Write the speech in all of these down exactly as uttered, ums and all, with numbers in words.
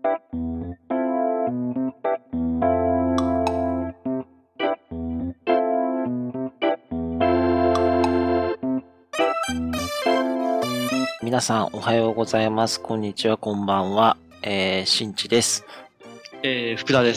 皆さんおはようございます。こんにちは、こんばんは。えー、しんちです。 えー、福田です。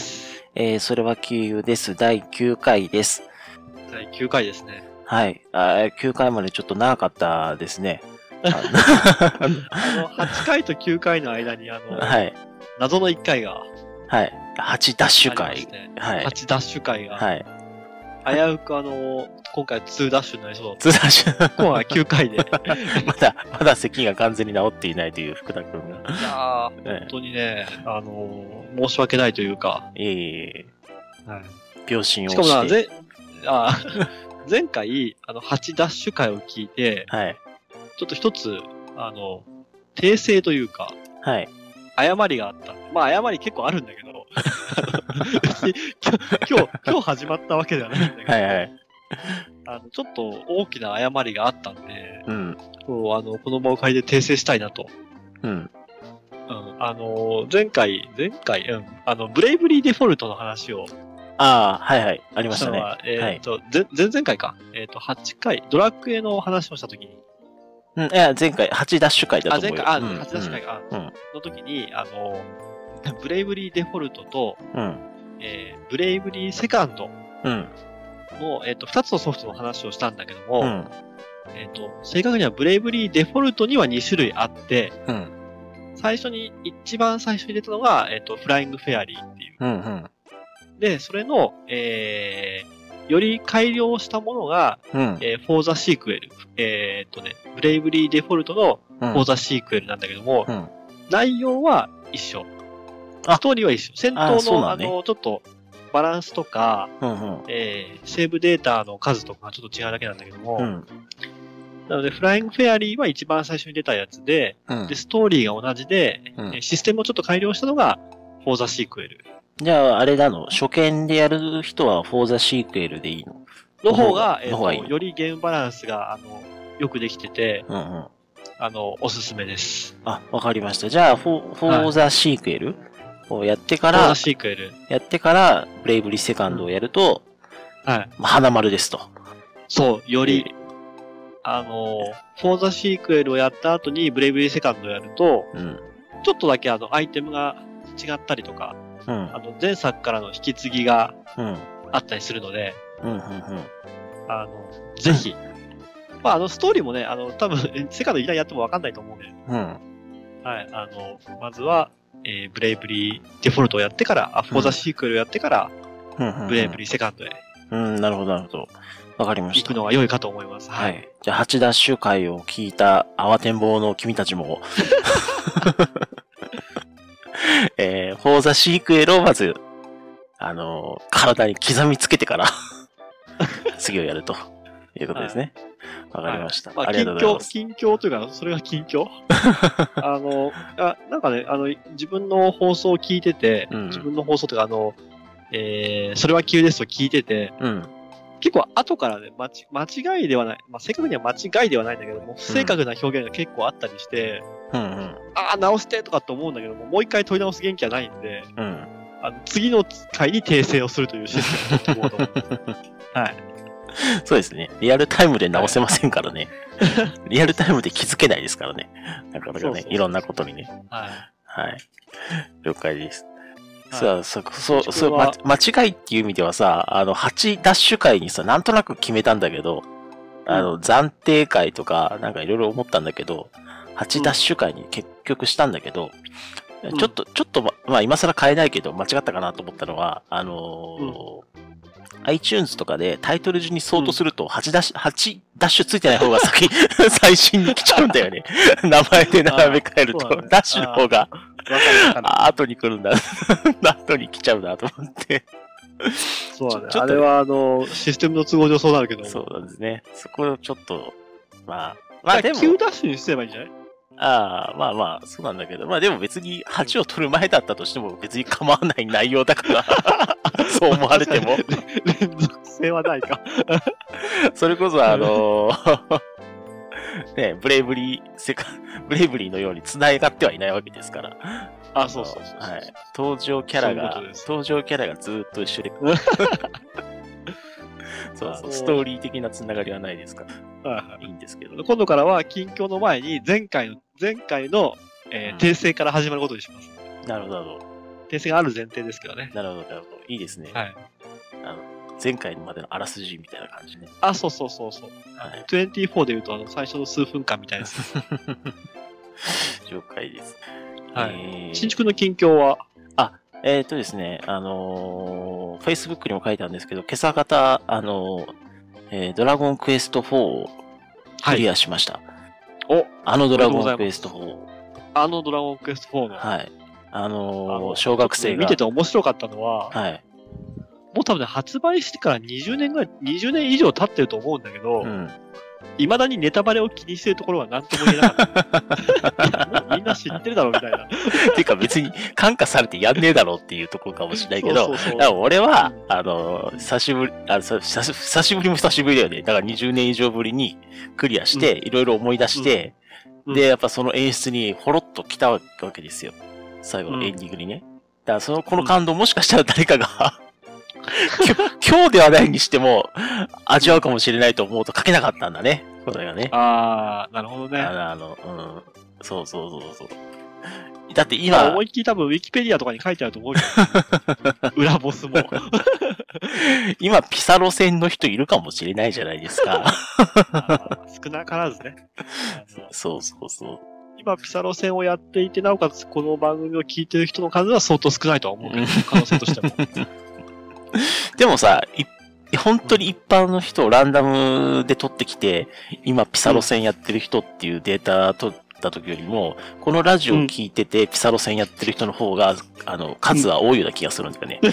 えー、それはきゅうです。だいきゅうかいです。 だいきゅうかいですね。 はい。あきゅうかいまでちょっと長かったですね。 あの、はちかいときゅうかいの間に、あの、 はい。 謎のいっかいが。 はい。はちダッシュ会。 ね、 はい。 はちダッシュ会が。 はい。 危うくあの、今回にダッシュになりそうだった。 にダッシュ今回きゅうかいで。 まだ、まだ咳が完全に治っていないという福田くんが。 いやー、ね、本当にね、あのー、申し訳ないというか。 いえいえ。はい。病心をしかもな、ぜあ前回、あの、はちダッシュ会を聞いて、 はい。 ちょっと一つ、あの、訂正というか、 はい。 誤りがあった。まあ、誤り結構あるんだけど、今日、今日始まったわけではないんだけど、 はいはい。 あの、ちょっと大きな誤りがあったんで、 うん。 そう、あの、この場を借りて訂正したいなと。 うん。 うん。あの、前回、前回、うん。あの、ブレイブリーデフォルトの話を。 ああ、はいはい。ありましたね。 えっと、前、前々回か。えっと、はちかい、ドラクエの話をしたときに。 うん、いや、前回、はちダッシュ会だと思うよ。 あ、前回、あ、はちダッシュ会か。うん。の時に、あの、ブレイブリーデフォルトと、 うん。 えー、ブレイブリーセカンドの、えっと、二つのソフトの話をしたんだけども、うん、えっと、正確にはブレイブリーデフォルトにはにしゅるいあって、うん、最初に、一番最初に出たのが、えっと、フライングフェアリーっていう。うんうん、で、それの、えー、より改良したものが、うん、えー、フォーザシークエル。えー、っとね、ブレイブリーデフォルトのフォーザシークエルなんだけども、うん、内容は一緒。ストーリーは一緒。戦闘の、あ, ね、あの、ちょっと、バランスとか、うんうんえー、セーブデータの数とかちょっと違うだけなんだけども、うん、なので、フライングフェアリーは一番最初に出たやつで、うん、で、ストーリーが同じで、うん、システムをちょっと改良したのが、フォーザシークエル。 じゃあ、あれなの初見でやる人はフォーザシークエルでいいのの方が、えーと、いいよりゲームバランスが、あの、よくできてて、うんうん、あの、おすすめです。 あ、わかりました。じゃあ、フォーザシークエル、はいをやってから、 シークエルやってから、ブレイブリーセカンドをやると、うん、はい。まあ、花丸ですと。 そう、より、えー、あの、フォーザシークエルをやった後にブレイブリーセカンドをやると、うん、ちょっとだけあの、アイテムが違ったりとか、うん、あの、前作からの引き継ぎがあったりするので、うんうんうんうん、あの、ぜひ、まあ、あの、ストーリーもね、あの、多分、セカンドいきなりやってもわかんないと思うんで、うん、はい、あの、まずは、えー、ブレイブリーデフォルトをやってから、あ、フォーザシークエルをやってから、うん、ブレイブリーセカンドへ。 うん、なるほど、なるほど。わかりました。 行くのは良いかと思います。 はい。じゃあ、はちダッシュ回を聞いた慌てんぼうの君たちも、えー、フォーザシークエルをまず、あのー、体に刻みつけてから、次をやるということですね。わ、はい、かりました。はい、まあ、ありがとうございます。 近況、近況というか、それが近況あの、あ、なんかね、あの、自分の放送を聞いてて、うん、自分の放送というか、あの、えー、それは急ですと聞いてて、うん、結構後からね、間ち、間違いではない、まあ、正確には間違いではないんだけども、不正確な表現が結構あったりして、うんうん、ああ、直してとかって思うんだけども、もう一回問い直す元気はないんで、うん、あの次の回に訂正をするというシステムを取っていこうと思って。はい。 そうですね。リアルタイムで直せませんからね。はい、リアルタイムで気づけないですからね。なかなかね、そうそうそういろんなことにね。はい。はい。了解です。はい、さあ、そ、そ、そ、ま、間違いっていう意味ではさ、あの、はちダッシュ回にさ、なんとなく決めたんだけど、あの、うん、暫定回とか、なんかいろいろ思ったんだけど、はちダッシュ回に結局したんだけど、うん、ちょっと、ちょっとま、まあ、今更変えないけど、間違ったかなと思ったのは、あのー、うんiTunes とかでタイトル順に相当するとはちダッシュ、はちダッシュついてない方が先、最新に来ちゃうんだよね。名前で並べ替えると、ね、ダッシュの方が、後に来るんだ。後に来ちゃうなと思って。 そうだね。あれは、あの、システムの都合上そうなるけど。 そうなんですね。そこをちょっと、まあ、 まあでも。きゅうダッシュにすればいいんじゃない？ ああ、まあまあ、そうなんだけど、まあでも別にはちを取る前だったとしても別に構わない内容だから、そう思われても。 連続性はないか。 それこそあのー、ね、ブレイブリー、セカ、ブレイブリーのように繋がってはいないわけですから。 あ、そうそうそう。 はい。登場キャラが、登場キャラがずーっと一緒で。そうそう、ストーリー的なつながりはないですから。はいはい。いいんですけど、ね。 今度からは近況の前に、前回の、前回の、えー、訂正から始まることにします。 なるほど、なるほど。 訂正がある前提ですけどね。 なるほど、なるほど。いいですね。 はい。 あの、前回までのあらすじみたいな感じね。 あ、そうそうそうそう。はい。にじゅうよんで言うと、あの、最初の数分間みたいです。 了解です。 はい。えー、新築の近況はあ、えっ、ー、とですね、あのー、Facebook にも書いたんですけど、今朝方、あのー、えー、ドラゴンクエストフォーをクリアしました。 はい、おあのドラゴンクエストフォー。 あのドラゴンクエストフォーの。 はい。あのー、小学生が。 見てて面白かったのは、 はい。 もう多分ね、発売してからにじゅうねんぐらい、にじゅうねん以上経ってると思うんだけど、うん。未だにネタバレを気にしてるところは何とも言えなかった。みんな知ってるだろうみたいな。 ていうか別に感化されてやんねえだろうっていうところかもしれないけど、そうそうそうだから俺は、うん、あの、久しぶり、あ久しぶりも久しぶりだよね。だからにじゅうねん以上ぶりにクリアして、いろいろ思い出して、うん、で、やっぱその演出にほろっと来たわけですよ。最後のエンディングにね。だからその、この感動もしかしたら誰かが今日ではないにしても、味わうかもしれないと思うと書けなかったんだね。これがね。 あー、なるほどね。 あの、うん。そうそうそうそう。だって今。 思いっきり多分ウィキペディアとかに書いてあると思うよ。裏ボスも。 今、ピサロ戦の人いるかもしれないじゃないですか。 少なからずね。 そうそうそう。 今、ピサロ戦をやっていて、なおかつこの番組を聞いてる人の数は相当少ないとは思うけど、可能性としても。 でもさ、本当に一般の人をランダムで取ってきて、今ピサロ戦やってる人っていうデータ取った時よりも、このラジオを聞いててピサロ戦やってる人の方が、あの、数は多いような気がするんだよね。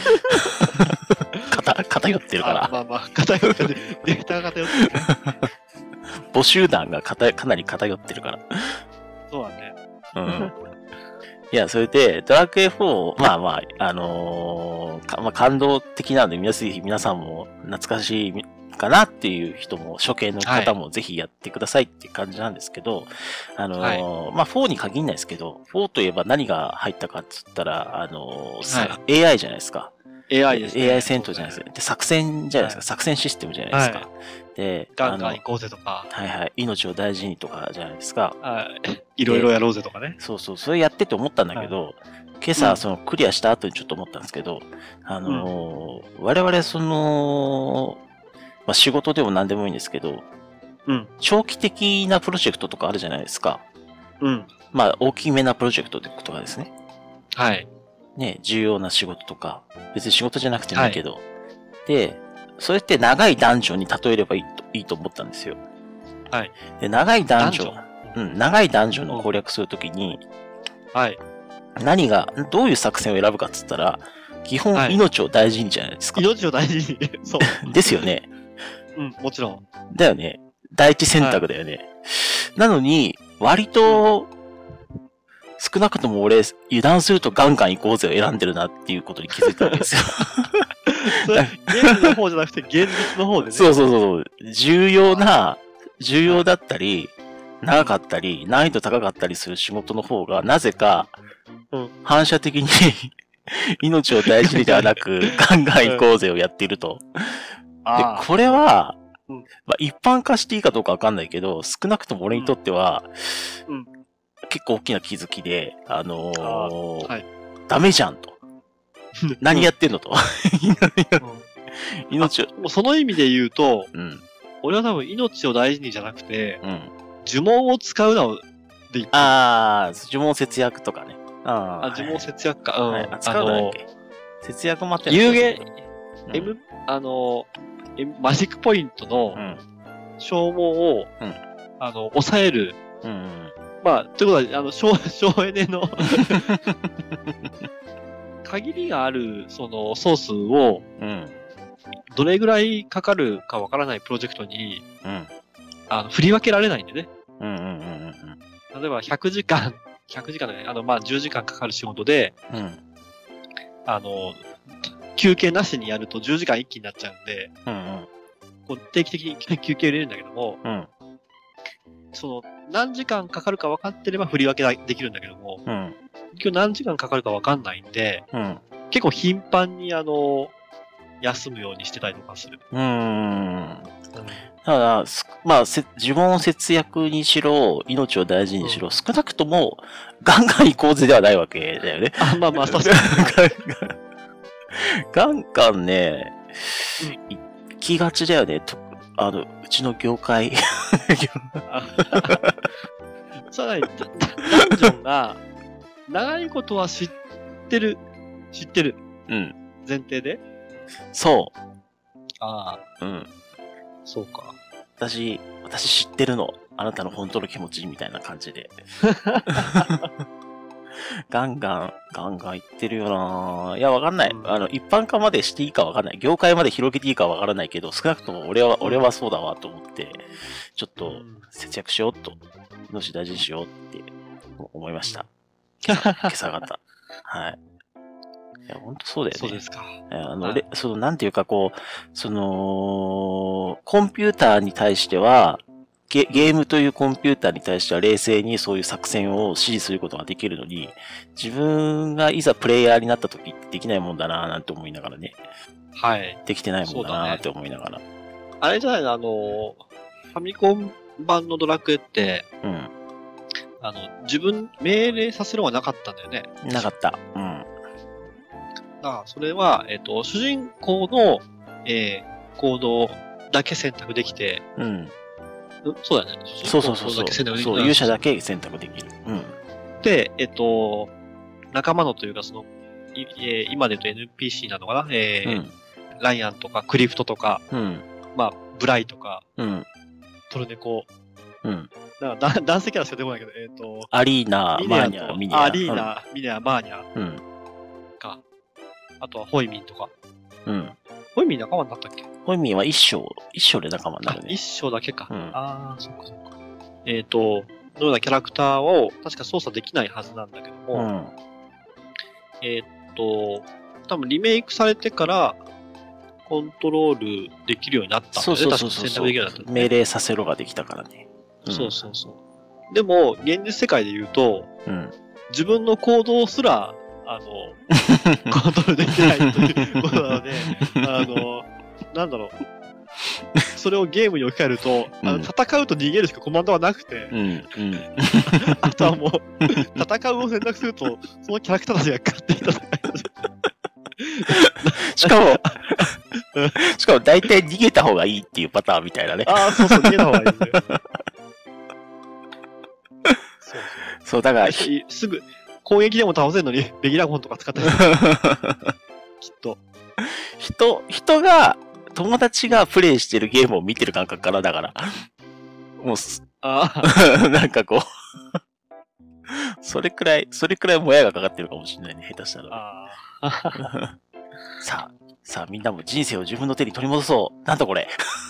偏ってるから。 まあまあ、偏ってる。データが偏ってる、ね。 母集団がかなり偏ってるから。 そうだね。 うん。いや、それで、ドラクエフォー、まあまあ、あのー、まあ、感動的なので、皆さん、皆さんも懐かしいかなっていう人も、初見の方もぜひやってくださいっていう感じなんですけど、はい、あのー、はい、まあ、フォーに限らないですけど、フォーといえば何が入ったかっつったら、あのーはい、エーアイ じゃないですか。 エーアイ ですね。 エーアイ 戦闘じゃないですか。で、作戦じゃないですか。はい、作戦システムじゃないですか。はい、で、 ガンガン行こうぜとか。 はいはい。命を大事にとかじゃないですか。 はい。いろいろやろうぜとかね。 そうそう。それやってて思ったんだけど、はい、今朝、そのクリアした後にちょっと思ったんですけど、あのー、うん、我々その、まあ、仕事でも何でもいいんですけど、うん。長期的なプロジェクトとかあるじゃないですか。うん。まあ、大きめなプロジェクトってことがですね。 はい。 ね、重要な仕事とか、別に仕事じゃなくてもいいけど、はい、で、それって長いダンジョンに例えればいいと、いいと思ったんですよ。 はい。 で、長いダンジョン、うん、長いダンジョンの攻略するときに、 はい。 何が、どういう作戦を選ぶかっつったら、基本命を大事にじゃないですか。 はい、命を大事に。そう。 ですよね。 うん、もちろん。 だよね。第一選択だよね。はい、なのに、割と、少なくとも俺、油断するとガンガン行こうぜを選んでるなっていうことに気づいたわけですよ。 それ、ゲームの方じゃなくて現実の方でね。 そうそうそう。重要な、重要だったり、長かったり、難易度高かったりする仕事の方が、なぜか、反射的に命を大事にではなく、ガンガン行こうぜをやっていると。で、これは、まあ、一般化していいかどうかわかんないけど、少なくとも俺にとっては、うんうん結構大きな気づきで、あのーはい、ダメじゃんと。何やってんのと。命を。 もうその意味で言うと、うん、俺は多分命を大事にじゃなくて、うん、呪文を使うので言って。 ああ、呪文節約とかね。 ああ、呪文節約か。うん。はい、 あ使うのだっけ節約もあってる有限、うん、M、あの、M、マジックポイントの消耗を、うん、あの、抑える、うんうんまあ、ということは、あの、省、省エネの限りがある、その、ソースを、うん、どれぐらいかかるかわからないプロジェクトに、うん、あの、振り分けられないんでね。うんうんうんうん、例えば、ひゃくじかん、ひゃくじかんね、あの、まあ、じゅうじかんかかる仕事で、うん、あの、休憩なしにやるとじゅうじかん一気になっちゃうんで、うんうん、こう定期的に休憩入れるんだけども、うんその、何時間かかるか分かってれば振り分けできるんだけども、うん、今日何時間かかるか分かんないんで、うん、結構頻繁にあの、休むようにしてたりとかする。 うーん。だから、まあ、呪文を節約にしろ、命を大事にしろ、うん、少なくとも、ガンガン行こうぜではないわけだよね。 あ、まあまあ、確かに。 ガンガンね、行きがちだよね。とあの、うちの業界。 さらに、ダンジョンが、長いことは知ってる、知ってる。うん。前提でそう。 ああ。うん。そうか。 私、私知ってるの。あなたの本当の気持ちみたいな感じで。ガンガン、ガンガン言ってるよなぁ。いや、わかんない。うん、あの、一般化までしていいかわかんない。業界まで広げていいかわからないけど、少なくとも俺は、俺はそうだわと思って、ちょっと節約しようと、命大事にしようって思いました。今朝方。はい。いや、ほんとそうだよね。 そうですか。 あの、はい、その、なんていうかこう、その、コンピューターに対しては、ゲ, ゲームというコンピューターに対しては冷静にそういう作戦を指示することができるのに、自分がいざプレイヤーになった時ってできないもんだなぁなんて思いながらね。 はい。 できてないもんだなぁって思いながら。ね、 あれじゃないの、あの、ファミコン版のドラクエって、うん。あの、自分命令させるのはなかったんだよね。 なかった。うん。 だからそれは、えっと、主人公の、えー、行動だけ選択できて、うん。そうだね。 そうそうそうそう。そう、勇者だけ選択できる。うん。 で、えっと、仲間のというか、その、いえー、今で言うと エヌピーシー なのかな、えーうん、ライアンとかクリフトとか、うん、まあ、ブライとか、うん、トルネコ、うん。だから男性キャラしか出てこないけど、えっ、ー、と、 アリーナ、マーニャ、ミニャ。 アリーナ、ミニャ、マーニャ。うん。か。あとはホイミンとか。うん。ホイミン仲間になったっけ？ ホイミンは一章、一章で仲間になるね。 一章だけか。うん、ああ、そっかそっか。えっ、ー、と、のようなキャラクターを確か操作できないはずなんだけども、うん、えっ、ー、と、多分リメイクされてからコントロールできるようになったんだよね。 そうそうそうそう。選択できるようになった、ね。命令させろができたからね。 うん、そうそうそう。でも、現実世界で言うと、うん、自分の行動すら、あの、コントロールできないということなので、あの、なんだろう。それをゲームに置き換えると、うん、あの戦うと逃げるしかコマンドはなくて、うんうん、あとはもう、戦うを選択すると、そのキャラクターたちが勝手に戦いしかも、しかも大体逃げた方がいいっていうパターンみたいなね。 ああ、そうそう、逃げた方がいいんだよ。 そうそう、だから、 すぐ、攻撃でも倒せるのに、ベギラゴンとか使ったりする。きっと。 人、人が、友達がプレイしてるゲームを見てる感覚からだから。もうす、あなんかこう、それくらい、それくらいもやがかかってるかもしれないね、下手したら。あさあ、さあみんなも人生を自分の手に取り戻そう。なんだこれ。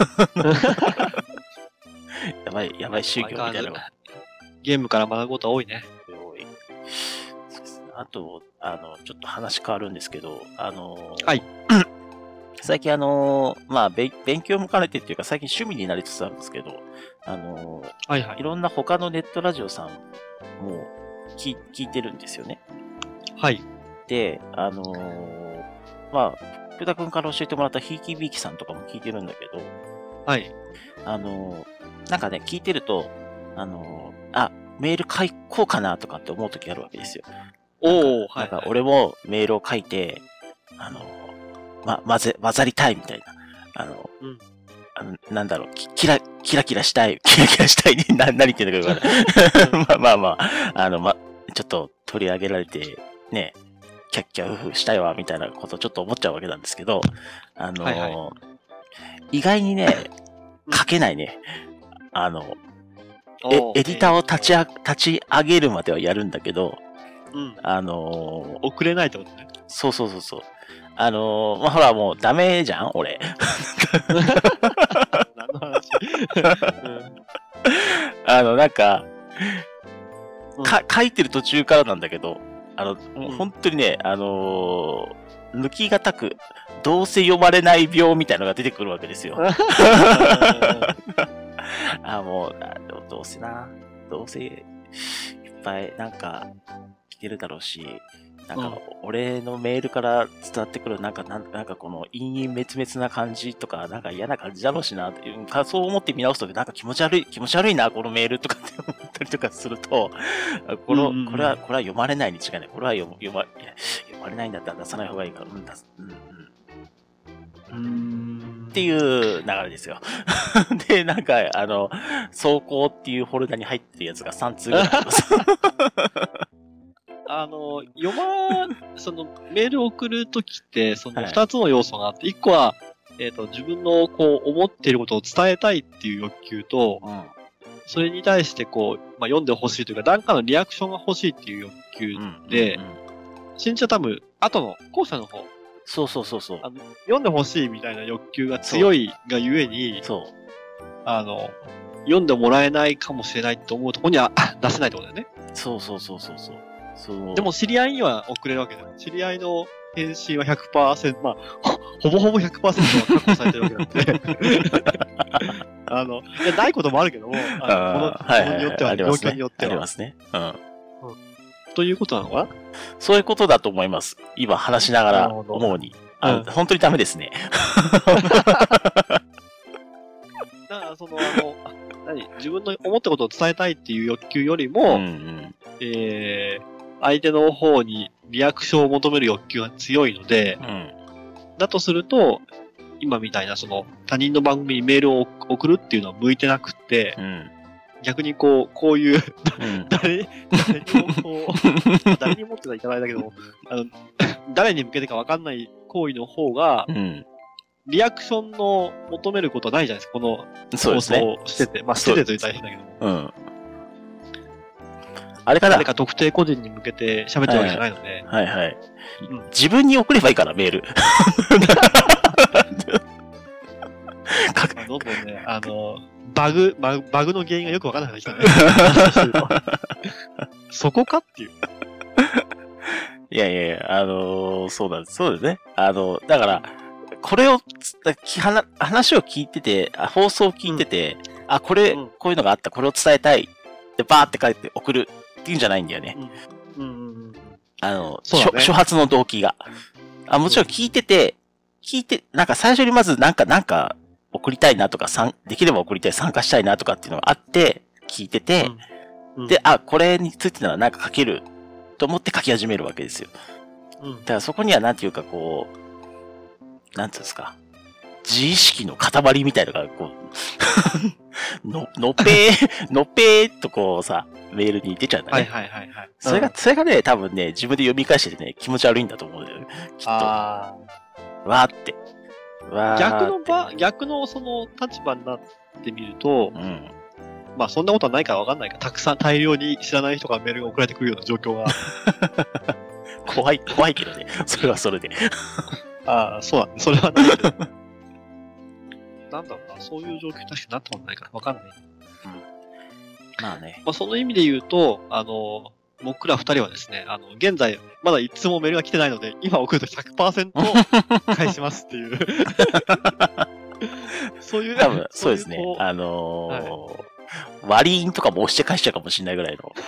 やばい、やばい宗教みたいなの。 ゲームから学ぶことは多いね。 多い。そうですね。あと、あの、ちょっと話変わるんですけど、あのー、 はい。 最近あのー、まあ、勉強も兼ねてっていうか、最近趣味になりつつあるんですけど、あのー、はいはい。いろんな他のネットラジオさんも聞、聞いてるんですよね。 はい。 で、あのー、まあ、福田くんから教えてもらったひいきびいきさんとかも聞いてるんだけど、 はい。 あのー、なんかね、聞いてると、あのー、あ、メール書こうかなとかって思うときあるわけですよ。 おー、はい。 なんか俺もメールを書いて、あのー、ま、混ぜ、混ざりたいみたいな。あの、うん、あのなんだろう、キラ、キラキラしたい、キラキラしたいに、な、何言ってんだか分からない。まあまあまあ、あの、ま、ちょっと取り上げられて、ね、キャッキャウフしたいわ、みたいなことをちょっと思っちゃうわけなんですけど、あの、はいはい、意外にね、書けないね。あの、え、エディターを立ちあ、立ち上げるまではやるんだけど、うん、あのー、遅れないってことね。 そうそうそうそう。あのー、まあ、ほらもうダメじゃん俺。何の話、うん、あの、なんか、か、書いてる途中からなんだけど、あの、もう本当にね、あのー、抜きがたく、どうせ読まれない病みたいなのが出てくるわけですよ。 あ、もう、どうせな、どうせ、いっぱいなんか来てるだろうし、なんか、俺のメールから伝わってくる、なんか、なんかこの陰々滅滅な感じとか、なんか嫌な感じだろうしな、そう思って見直すと、なんか気持ち悪い、気持ち悪いな、このメールとかって思ったりとかすると、この、これは、これは読まれないに違いない。これは読読ま、読まれないんだったら出さない方がいいから、うん、出す、うん、うん。っていう流れですよ。で、なんか、あの、走行っていうフォルダに入ってるやつがさん通ぐらいあります。 あの、読ま、その、メールを送るときって、その二つの要素があって、一、はい、個は、えっ、ー、と、自分の、こう、思っていることを伝えたいっていう欲求と、うん、それに対して、こう、まあ、読んでほしいというか、何かのリアクションが欲しいっていう欲求で、うんうんうん、新地は多分、後の、後者の方。 そうそうそうそう。 あの読んでほしいみたいな欲求が強いがゆえに、そう。あの、読んでもらえないかもしれないと思うところには出せないってことだよね。 そうそうそうそうそう。 そうでも知り合いには送れるわけだよ。知り合いの返信は ひゃくパーセント、まあ、ほぼほぼ ひゃくパーセント は確保されてるわけなんで。あの、いや、ないこともあるけども、あの、この、ものによっては、状況によっては。 ありますね。うん。 ということなのかな？ そういうことだと思います。今話しながら思うに。あ、うん、本当にダメですね。 だから、その、あの、何自分の思ったことを伝えたいっていう欲求よりも、うんうん、えー、相手の方にリアクションを求める欲求が強いので、うん、だとすると、今みたいなその他人の番組にメールを送るっていうのは向いてなくって、うん、逆にこう、こういう、うん、誰、誰にもこう、誰にもってのはいかないだけども、あの、誰に向けてか分かんない行為の方が、うん、リアクションの求めることはないじゃないですか、この放送をしてて。ね、まあ、しててという大変だけども。うん。 あれかな誰か特定個人に向けて喋ってるわけじゃないので。 はいはい、はいはいうん。自分に送ればいいから、メール。 まあ、どんどんね、あの、バグ、バグ、バグの原因がよくわからなくなってきたね。そこかっていう。 いやいやいや、あのー、そうなんです。そうですね。あの、だから、これを、話を聞いてて、放送を聞いてて、うん、あ、これ、うん、こういうのがあった、これを伝えたい。で、バーって書いて送るっていうんじゃないんだよね。うんうんうん、あの、ね、初発の動機が。あ、もちろん聞いてて、聞いて、なんか最初にまずなんか、なんか、送りたいなとか、できれば送りたい、参加したいなとかっていうのがあって、聞いてて、うんうん、で、あ、これについてならなんか書けると思って書き始めるわけですよ。うん、だからそこにはなんていうかこう、なんていうんですか、自意識の塊みたいなのが、こう、の、のっぺー、のっぺーっとこうさ、メールに出ちゃうんだね。はいはいはい、はい。それが、それがね、多分ね、自分で読み返しててね、気持ち悪いんだと思うんだよね。きっと。あわーって。 わーって。逆の場、逆のその立場になってみると、うん、まあそんなことはないからわかんないから、たくさん大量に知らない人がメールが送られてくるような状況が。 怖い、怖いけどね。それはそれで。 ああ、そうだね。それはないけど。なんだろうな、そういう状況に確かになったことないからわかんない。うん。まあね。まあその意味で言うと、あの、僕ら二人はですね、あの、現在、まだ一通もメールが来てないので、今送ると ひゃくパーセント 返しますっていう。そういう、 多分、そうですね。あのー、はい、割り印とかも押して返しちゃうかもしれないぐらいの。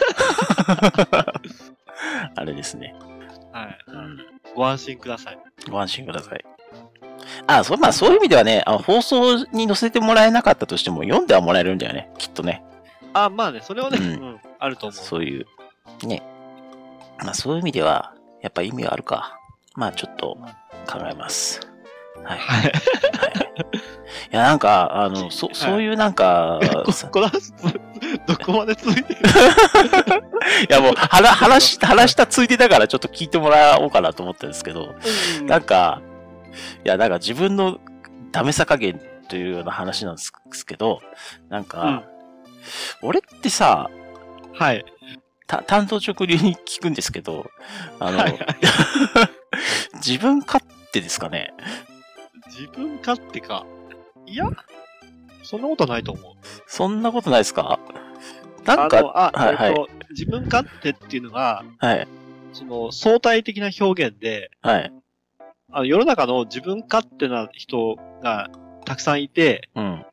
あれですね。 はい、うん。ご安心ください。 ご安心ください。あ、そう、まあそういう意味ではね、あの放送に載せてもらえなかったとしても読んではもらえるんだよね、きっとね。 あ、まあね、それはね、うん、うん、あると思う。 そういう、ね。まあそういう意味では、やっぱ意味はあるか。まあちょっと考えます。はい。はい。はい、いや、なんか、あの、そ、そういうなんか、 この話、どこまで続いてるいやもう、話し、話したついでだからちょっと聞いてもらおうかなと思ったんですけど、うん、なんか、いや、なんか自分のダメさ加減というような話なんですけど、なんか、うん、俺ってさ、 はい。 た、担当直入に聞くんですけど、あの、はいはい、自分勝手ですかね？ 自分勝手か。いや、そんなことないと思う。 そんなことないですか？なんか、 ああ、はいはい、えっと、自分勝手っていうのが、はい、その相対的な表現で、はい、あの世の中の自分勝手な人がたくさんいて、うん、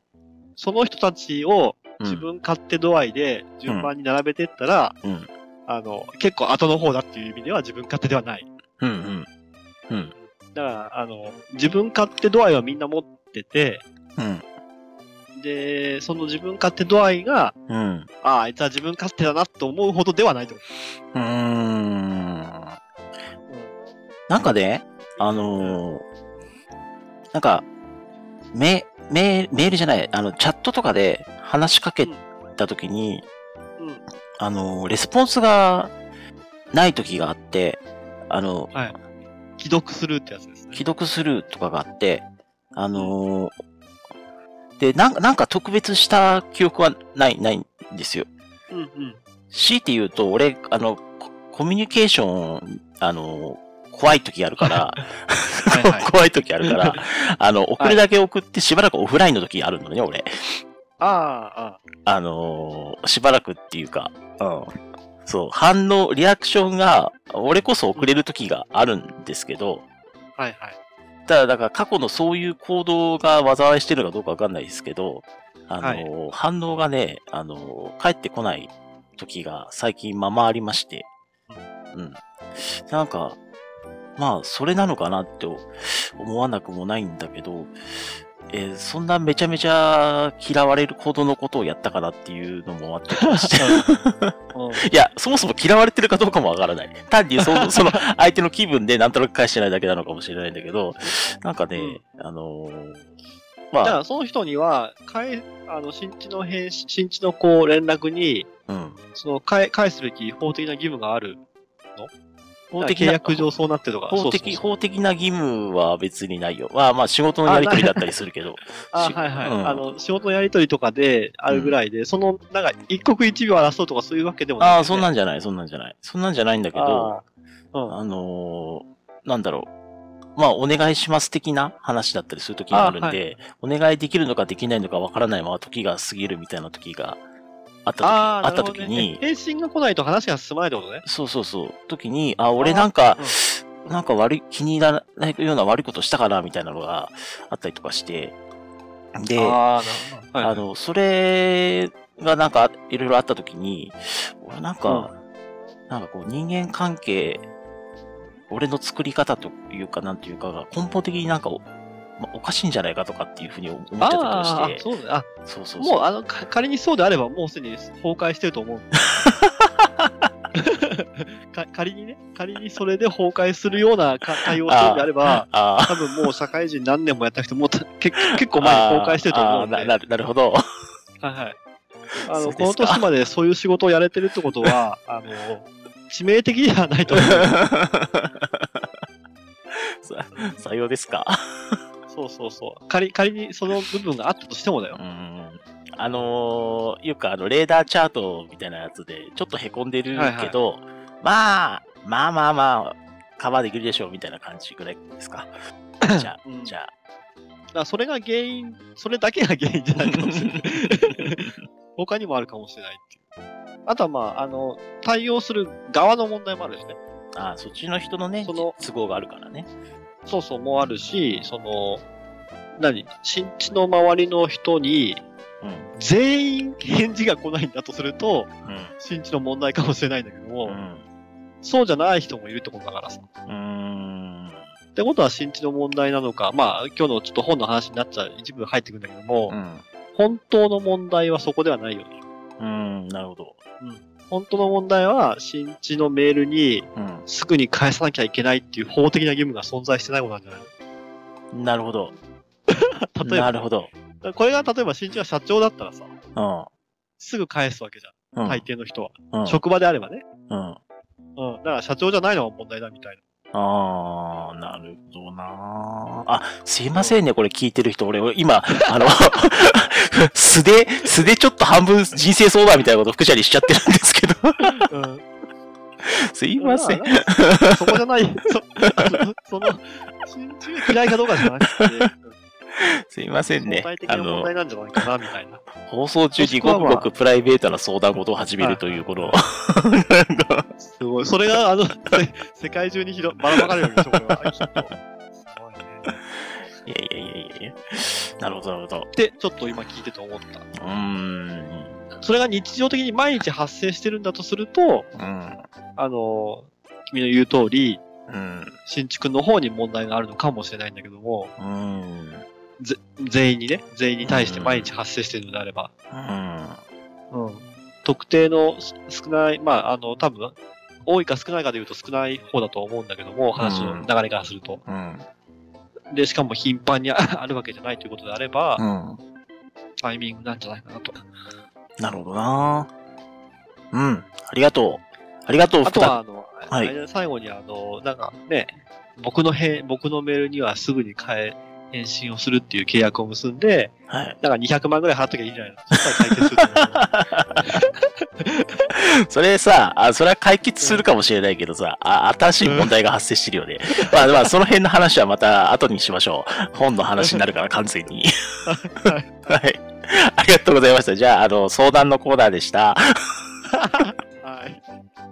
その人たちを自分勝手度合いで順番に並べていったら、うんうん、あの、結構後の方だっていう意味では自分勝手ではない。 うんうん。うん。 だから、あの、自分勝手度合いはみんな持ってて、 うん。 で、その自分勝手度合いが、 うん。 ああ、あいつは自分勝手だなと思うほどではないってこと。うーん。うん、なんかね、あのー、なんか、メ、メ、メールじゃない、あの、チャットとかで話しかけたときに、 うんうん、 あのー、レスポンスがないときがあって、あの、 はい、既読スルーってやつですね。 既読スルーとかがあって、あのー、で、なんか、なんか特別した記憶はない、ないんですよ。 うんうん。 強いて言うと、俺、あの、コミュニケーション、あの、怖い時あるから、はいはい、怖い時あるから、あの、送るだけ送ってしばらくオフラインの時あるのね、俺。 ああ、ああのー、しばらくっていうか、うん。そう、反応、リアクションが、俺こそ送れる時があるんですけど、 はいはい。 ただ、だから過去のそういう行動が災いしてるのかどうかわかんないですけど、あのーはい、反応がね、あのー、返ってこない時が最近ままありまして、うん。なんか、まあ、それなのかなって思わなくもないんだけど、えー、そんなめちゃめちゃ嫌われるほどのことをやったかなっていうのもあってまして。いや、そもそも嫌われてるかどうかもわからない。単にその、その相手の気分でなんとなく返してないだけなのかもしれないんだけど、なんかね、うん、あのー、 まあ。じゃあ、その人には、返、あの、新地の返信、新地のこう連絡に、 うん、 その返、返すべき法的な義務があるの？法的な契約上そうなってるとか。 法的、法的な義務は別にないよ。まあまあ仕事のやりとりだったりするけど。 あ、はいはい、うん。あの、仕事のやりとりとかであるぐらいで、うん、その、なんか一刻一秒争うとかそういうわけでもない、ね。 ああ、そんなんじゃない、そんなんじゃない。そんなんじゃないんだけど、あ,、うん、あのー、なんだろう。まあ、お願いします的な話だったりするときがあるんで、はい、お願いできるのかできないのかわからないまま時が過ぎるみたいな時があった時、あ, あった時に、 ね、返信が来ないと話が進まないってことね。 そうそうそう。時に、あ、俺なんか、うん、なんか悪い、気に入らないような悪いことしたかなみたいなのがあったりとかして、で、あ, はい、あの、それがなんかいろいろあった時に、俺なんか、うん、なんかこう人間関係、俺の作り方というかなんていうかが根本的になんかお、まあ、おかしいんじゃないかとかっていうふうに思っちゃったりとかして。 あそうだ。あ、そうそうそう。もうあの、仮にそうであればもうすでに崩壊してると思う。か仮にね、仮にそれで崩壊するような対応をしてるんであれば、あ多分もう社会人何年もやった人も結構前に崩壊してると思うんで。 あななるほど。 はいはい。あの、この年までそういう仕事をやれてるってことは、あの、致命的ではないと思う。 さようですか。 そうそうそう。仮、仮にその部分があったとしてもだよ。 うん。あのー、よくあの、レーダーチャートみたいなやつで、ちょっと凹んでるけど、はいはい、まあ、まあまあまあ、カバーできるでしょうみたいな感じぐらいですか。じゃあ、うん、じゃあ。 だそれが原因、それだけが原因じゃないかもしれない。他にもあるかもしれないっていう。あとはまあ、あの、対応する側の問題もあるしね。 ああ、そっちの人のね、その都合があるからね。 そうそう、もあるし、その、何新地の周りの人に、うん、全員返事が来ないんだとすると、うん、新地の問題かもしれないんだけども、うん、そうじゃない人もいるってことだからさ。 うーんってことは新地の問題なのか、まあ今日のちょっと本の話になっちゃう一部入ってくるんだけども、うん、本当の問題はそこではないよね。 うーん、なるほど。 うん本当の問題は、新地のメールに、すぐに返さなきゃいけないっていう法的な義務が存在してないことなんじゃないの？なるほど。 例えば。 なるほど。 これが例えば新地が社長だったらさ、 うん、 すぐ返すわけじゃん。うん、大抵の人は、 うん。 職場であればね。 うん。 うん。だから社長じゃないのが問題だみたいな。 ああ、なるほどな。あ、すいませんね、これ聞いてる人。俺、今、あの、素で、素でちょっと半分人生相談みたいなこと福ちゃんにしちゃってるんですけど。うん、すいません。 そこじゃない。そその、新地が嫌いかどうかじゃなくて。 すいませんね。 相対的な問題なんじゃないかな、みたいな。 放送中にごくごくプライベートな相談事を始めるという、この。 すごい。それが、あの、世界中に広ばらまかれるんでしょ、これは。きっと。すごいね。 いやいやいやいやいや。 なるほど、なるほど。 ってちょっと今聞いてて思った。 うーん。 それが日常的に毎日発生してるんだとすると、うん、あの、君の言う通り、うん、新築の方に問題があるのかもしれないんだけども、うん、ぜ全員にね、全員に対して毎日発生しているのであれば、うんうん、特定の少ない、まあ、あの、多分、多いか少ないかで言うと少ない方だと思うんだけども、話の流れからすると。うん、で、しかも頻繁にあるわけじゃないということであれば、うん、タイミングなんじゃないかなと。 なるほどなぁ。うん。ありがとう。ありがとう、 あとは、あの、はい、最後にあの、なんかね、僕のへ僕のメールにはすぐに変え、返信をするっていう契約を結んで、はい。だからにひゃくまんぐらい払っときゃいいんじゃないの？そしたら解決すると思う。 それさ、あ、それは解決するかもしれないけどさ、あ、新しい問題が発生してるよね。まあまあ、その辺の話はまた後にしましょう。本の話になるから完全に。はい。はい。ありがとうございました。じゃあ、あの、相談のコーナーでした。はい。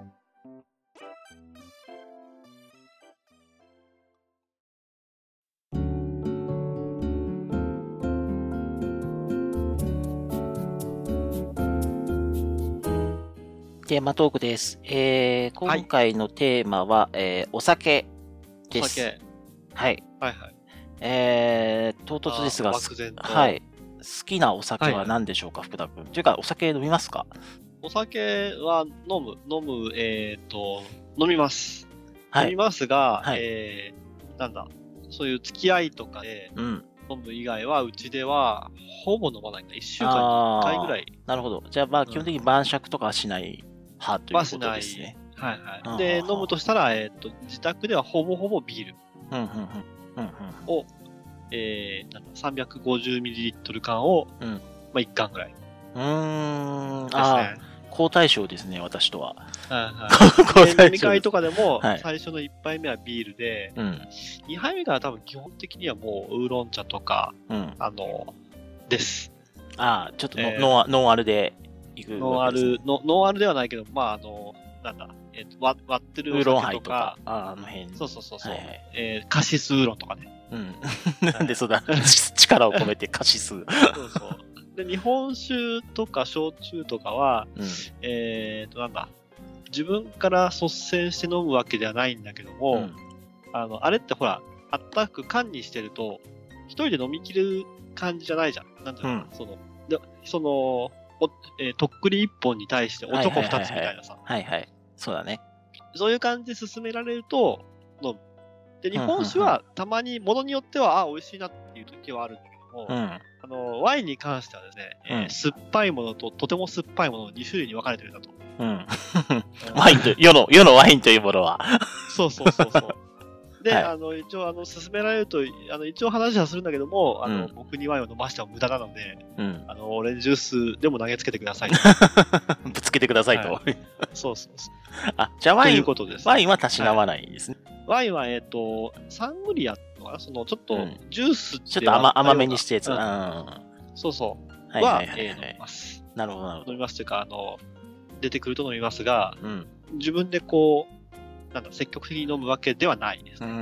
テーマトークです。えー、今回のテーマは、はい、えー、お酒です。お酒。はい。はいはい。えー、唐突ですが、はい。好きなお酒は何でしょうか、はい、福田君。というか、お酒飲みますか？ お酒は飲む、飲む、えっ、ー、と、飲みます。はい、飲みますが、はい、えー、なんだ、そういう付き合いとかで、うん、飲む以外は、うちでは、ほぼ飲まないんだ。いっしゅうかんにいっかいぐらい。 なるほど。じゃあ、まあ、基本的に晩酌とかはしない派ということですね。 はいはい。で、飲むとしたら、えっ、ー、と、自宅ではほぼほぼビールを、えー、なんださんびゃくごじゅうミリリットル 缶を、うん、まあ、いっかんぐらい。 うーん。ですね。あ、好対象ですね、私とは。 はいはい。飲み会とかでも、最初のいっぱいめはビールで、はい、にはいめから多分基本的にはもうウーロン茶とか、うん、あの、です。 ああ、ちょっとノ、えー、ノン、ノンアルでいく、ね。 ノンアル、ノンアルではないけど、まあ、あの、なんだ、えー、割割ってるお酒とか、 ああ、あの辺。 そうそうそうそう、はいはい、えー、カシスウーロンとかね。 うん。なんでそんな力を込めてカシス。そうそう。で、日本酒とか焼酎とかは、うん、えっと、なんだ、自分から率先して飲むわけではないんだけども、うん、あの、あれってほら、あったく缶にしてると、一人で飲みきる感じじゃないじゃん。なんていうの、うん、その、でその、おえー、とっくり一本に対して男二つみたいなさ。 はいはい。そうだね。 そういう感じで進められると、飲む。で、日本酒はたまに、ものによっては、あ、美味しいなっていう時はあるんだけども、うん、あの、ワインに関してはですね、うん、えー、酸っぱいものととても酸っぱいものに種類に分かれてるんだと。うん。 ワインと、世の、世のワインというものは。 そうそうそうそう。で、はい、あの、一応、あの、勧められると、あの、一応話はするんだけども、あの、うん、僕にワインを飲ましては無駄なので、うん、あの、オレンジジュースでも投げつけてくださいと。 ぶつけてくださいと。はい、 そうそうそう。 あ、じゃあワイン、ということです。ワインはたしなまないんですね。 はい、ワインは、えっ、ー、と、サングリアとか、その、ちょっと、ジュースって、うん、 ちょっと甘甘めにしたやつ。うん。 そうそう。はいはいはいはい、は、えー、飲みます。 なるほど、なるほど。 飲みますというか、あの、出てくると飲みますが、うん、自分でこう、なんだ、積極的に飲むわけではないです、ね。 うん。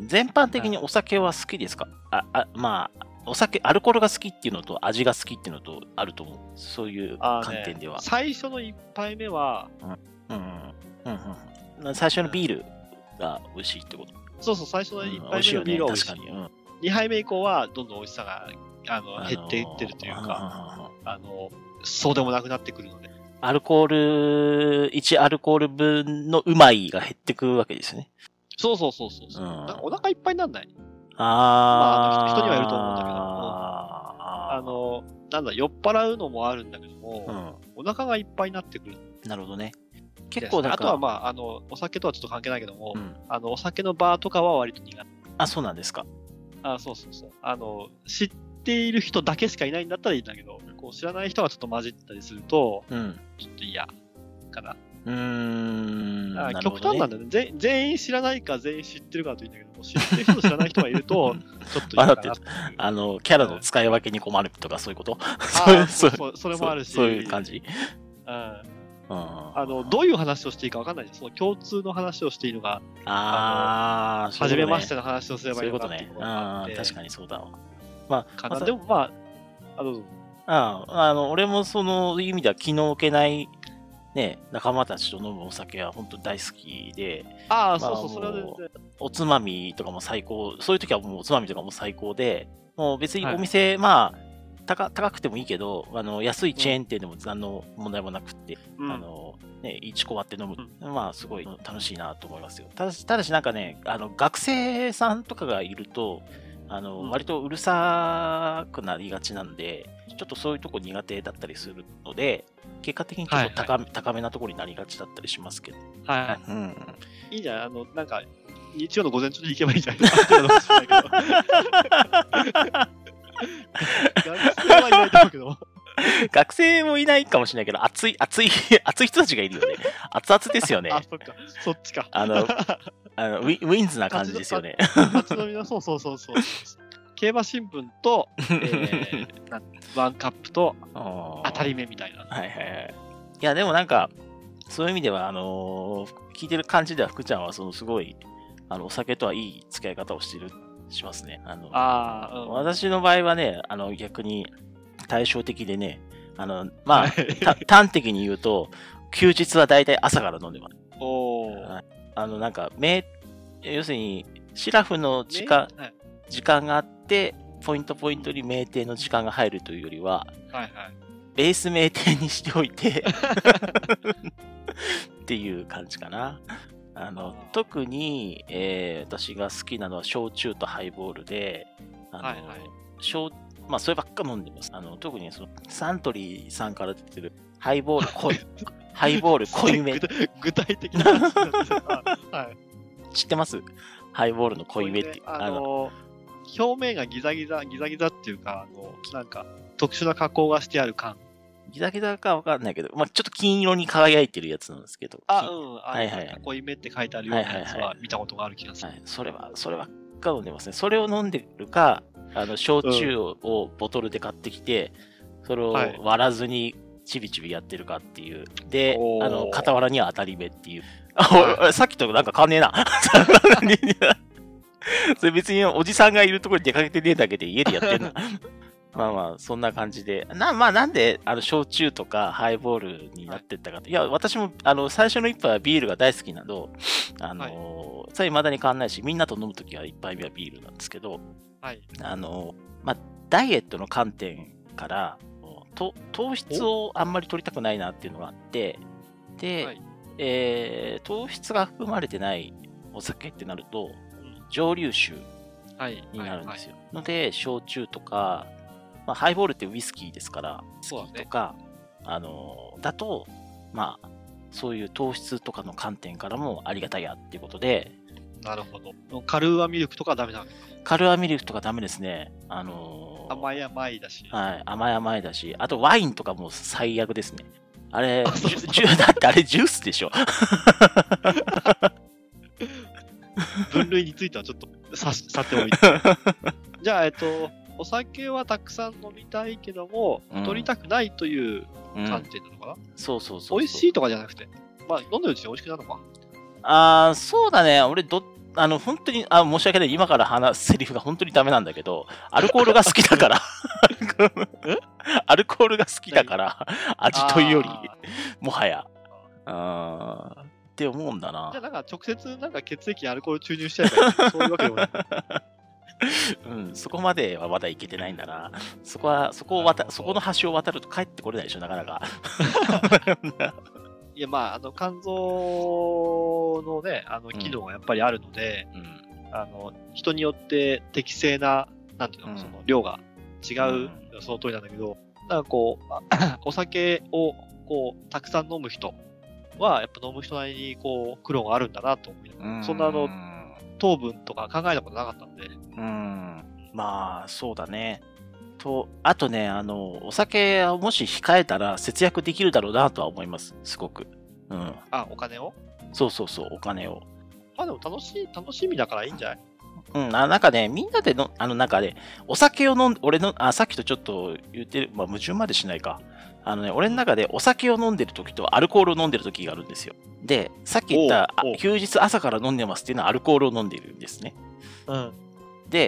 全般的にお酒は好きですか？あ、あ、まあ、お酒、アルコールが好きっていうのと味が好きっていうのとあると思う。そういう観点では。 ね、最初の一杯目は、うん。うん。 うん。うん。最初のビールが美味しいってこと？ そうそう、最初の一杯目のビールが美味しい。うん、美味しいよね、確かに。うん。二杯目以降は、どんどん美味しさが、あの、減っていってるというか、あの、そうでもなくなってくるので。 アルコール、いちアルコール分のうまいが減ってくるわけですね。 そうそうそうそう。うん、なんかお腹いっぱいになんない？ あー。まあ、 あの人、人にはいると思うんだけど、あの、なんだ、酔っ払うのもあるんだけども、うん、お腹がいっぱいになってくる。 なるほどね。 結構だから。あとはまあ、あの、お酒とはちょっと関係ないけども、うん、あの、お酒のバーとかは割と苦手。 あ、そうなんですか。 あ、そうそうそう。あの、知っている人だけしかいないんだったらいいんだけど、こう知らない人がちょっと混じったりすると、うん、ちょっと嫌かな。 うーん。 あ、極端なんだよね。全員知らないか全員知ってるかといいんだけども、知ってる人と知らない人がいると、ちょっと嫌かなっていう。 あの、キャラの使い分けに困るとかそういうこと？ あそうそう、それもあるし。 そういう感じ？ うん。あの、どういう話をしていいか分かんないです。その共通の話をしていいのが、 ああ、 初めましての話をすればいいのかっていうことね。ああ、確かにそうだわ。 まあ、かな。でもまあ、あ、どうぞ。 ああ、あの、俺もその意味では気の置けない、ね、仲間たちと飲むお酒は本当大好きで、 ああ、まあ、そうそう、それは全然。 おつまみとかも最高、そういう時はもうおつまみとかも最高で、もう別にお店、はい、まあ高、高くてもいいけど、あの安いチェーン店でも何の問題もなくって、うん、あのね、いちこ割って飲む、うん、まあすごい楽しいなと思いますよ。ただし、ただしなんかね、あの学生さんとかがいると、あの、うん、割とうるさくなりがちなんで、ちょっとそういうとこ苦手だったりするので、結果的にちょっと 高,、はいはい、高めなところになりがちだったりしますけど。 はいはい。うん、いいじゃん、あの、なんか、日曜の午前中に行けばいいじゃないですか。学生はいないと思うけど。 学生もいないかもしれないけど、熱い、熱い、熱い人たちがいるよね。熱々ですよね。 あ、そっか。そっちか。 あの、あのウィウィンズな感じですよね。 立ち飲みの、そうそうそうそう。競馬新聞と、えー、ワンカップと当たり目みたいな。 はいはいはい。いや、でもなんか、そういう意味では、あのー、聞いてる感じでは福ちゃんはそのすごい、あのお酒とはいい付き合い方をしてるしますね。あのあ、うん、 私の場合はね、あの逆に対照的でね、あのまあ端的に言うと、休日は大体朝から飲んでます。 おあのなんか名要するにシラフの時間、はい、時間があって、ポイントポイントに酩酊の時間が入るというよりは、 はいはい、 ベース酩酊にしておいてっていう感じかな。あの特に、えー、私が好きなのは焼酎とハイボールで、あの、はいはい、焼まあそればっか飲んでます。あの特にそのサントリーさんから出てるハイボール濃いハイボール濃いめ具体的な話になってはい、 知ってます？ハイボールの濃いめっていう、 あの表面がギザギザギザギザっていうか、あのなんか特殊な加工がしてある缶。 ギザギザかわかんないけど、まあ、ちょっと金色に輝いてるやつなんですけど。 あ、うん。はいはい。濃いめって書いてあるようなやつは見たことがある気がする。 はいはいはい、それは、そればっか飲んでますね。それを飲んでるか、あの、焼酎を、うん、をボトルで買ってきて、それを割らずにちびちびやってるかっていう。で、あの、傍らには当たり目っていう。あ、さっきとなんか変わんねえな。それ別におじさんがいるところに出かけてねえだけで家でやってんな。まあまあ、そんな感じで。な、まあなんで、あの、焼酎とかハイボールになってったかと。いや、私も、あの、最初の一杯はビールが大好きなの、あの、はい、それ未だに変わんないし、みんなと飲むときは一杯目はビールなんですけど、 はい。 あの、まあ、ダイエットの観点から、と糖質をあんまり取りたくないなっていうのがあって、で、はい、えー、糖質が含まれてないお酒ってなると、蒸留酒になるんですよ。ので、焼酎とか、まあ、ハイボールってウイスキーですから、 そうだね、 とか、あの、だと、まあ、そういう糖質とかの観点からもありがたいやっていうことで。 なるほど。カルーアミルクとかはダメなんですか？ カルーアミルクとかダメですね。あのー、甘い甘いだし。 はい、甘い甘いだし、あとワインとかも最悪ですね。あれ、あジュだってあれジュースでしょ。 分類についてはちょっとささておいて。じゃあ、えっと、お酒はたくさん飲みたいけども、うん、取りたくないという観点なのかな、うん、 そうそうそうそう。 美味しいとかじゃなくて、まあ、飲んでるうちに美味しくなるのか。 ああ、そうだね。俺ど、あの、本当に、あ、申し訳ない。今から話すセリフが本当にダメなんだけど、アルコールが好きだから。アルコールが好きだから、味というより、もはや。あーって思うんだな。 じゃあなんか直接なんか血液にアルコール注入しちゃえばいい。そういうわけでもない。 うん、そこまではまだいけてないんだな。そこは、そこを渡、そこの橋を渡ると帰ってこれないでしょ、なかなか。 いや、まあ、あの、肝臓のね、あの、機能がやっぱりあるので、うん、あの、人によって適正な、なんていうの、うん、その量が違う、うん、その通りなんだけど、なんかこう、お酒を、こう、たくさん飲む人は、やっぱ飲む人なりに、こう、苦労があるんだなと思い、うん、そんなあの、糖分とか考えたことなかったんで。 うん。まあ、そうだね。と、あとね、あの、お酒をもし控えたら節約できるだろうなとは思います。すごく。うん。 あ、お金を？ そうそうそう、お金を。 まあでも楽しい、楽しみだからいいんじゃない？ うん、あなんかね、みんなでの、あの、なんかね、お酒を飲んで、俺の、あ、さっきとちょっと言ってる、まあ矛盾までしないか。あのね、俺の中でお酒を飲んでる時とアルコールを飲んでる時があるんですよ。で、さっき言った休日朝から飲んでますっていうのはアルコールを飲んでるんですね。 うん。 で、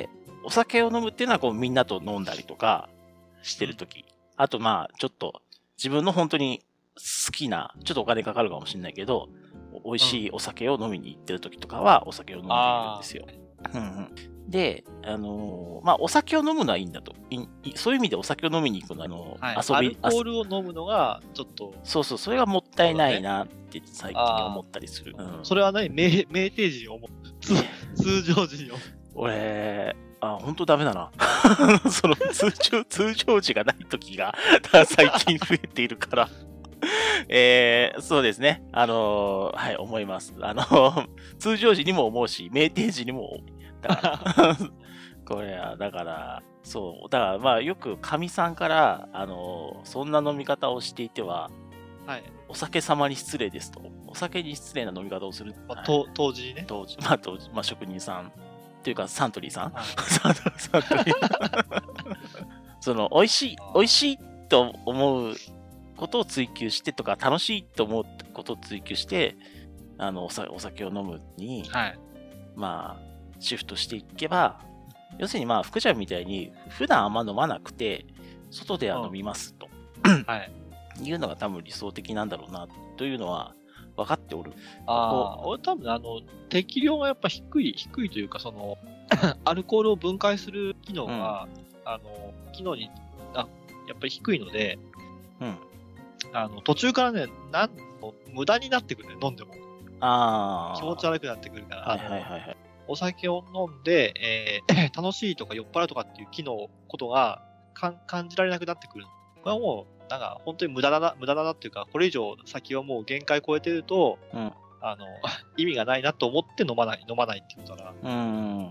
お酒を飲むっていうのはこうみんなと飲んだりとかしてるとき、あとまあちょっと自分の本当に好きな、ちょっとお金かかるかもしれないけど、美味しいお酒を飲みに行ってるときとかはお酒を飲んでいるんですよ。うんうん、で、あのー、まあお酒を飲むのはいいんだと。いそういう意味でお酒を飲みに行くのは、あのーはい、 遊び、アルコールを飲むのがちょっと。 そうそう、それがもったいないなって最近思ったりする。 うん、それは何酩酊時に思う通常時に思う俺、あ、本当ダメだな。その通常、通常時がない時が最近増えているから。えー、そうですね。あのー、はい、思います。あのー、通常時にも思うし、酩酊時にも、だからこれは、だから、そう、だからまあよくかみさんから、あのー、そんな飲み方をしていては、はい、お酒様に失礼ですと。お酒に失礼な飲み方をする。 まあ、と当時ね。 当時、まあ当時、まあ職人さん。っていうかサントリーさん、はい、サントリーその美味しい美味しいと思うことを追求してとか楽しいと思うことを追求してあの お, さお酒を飲むに、はい、まあシフトしていけば要するにまあ福ちゃんみたいに普段あんま飲まなくて外では飲みますと、はい、いうのが多分理想的なんだろうなというのは分かっておる。 ああ、俺多分あの、適量がやっぱ低い、低いというか、その、アルコールを分解する機能が、うん、あの、機能に、あ、やっぱり低いので、うん。あの、途中からね、なんの、無駄になってくるね、飲んでも。ああ。気持ち悪くなってくるから、はいはいはい、はい。お酒を飲んで、えー、楽しいとか酔っ払うとかっていう機能、ことが、かん感じられなくなってくる。これはもう、なんか本当に無駄だな、無駄だなっていうか、これ以上先はもう限界超えてると、うん、あの、意味がないなと思って飲まない、飲まないっていうことだな。 うん。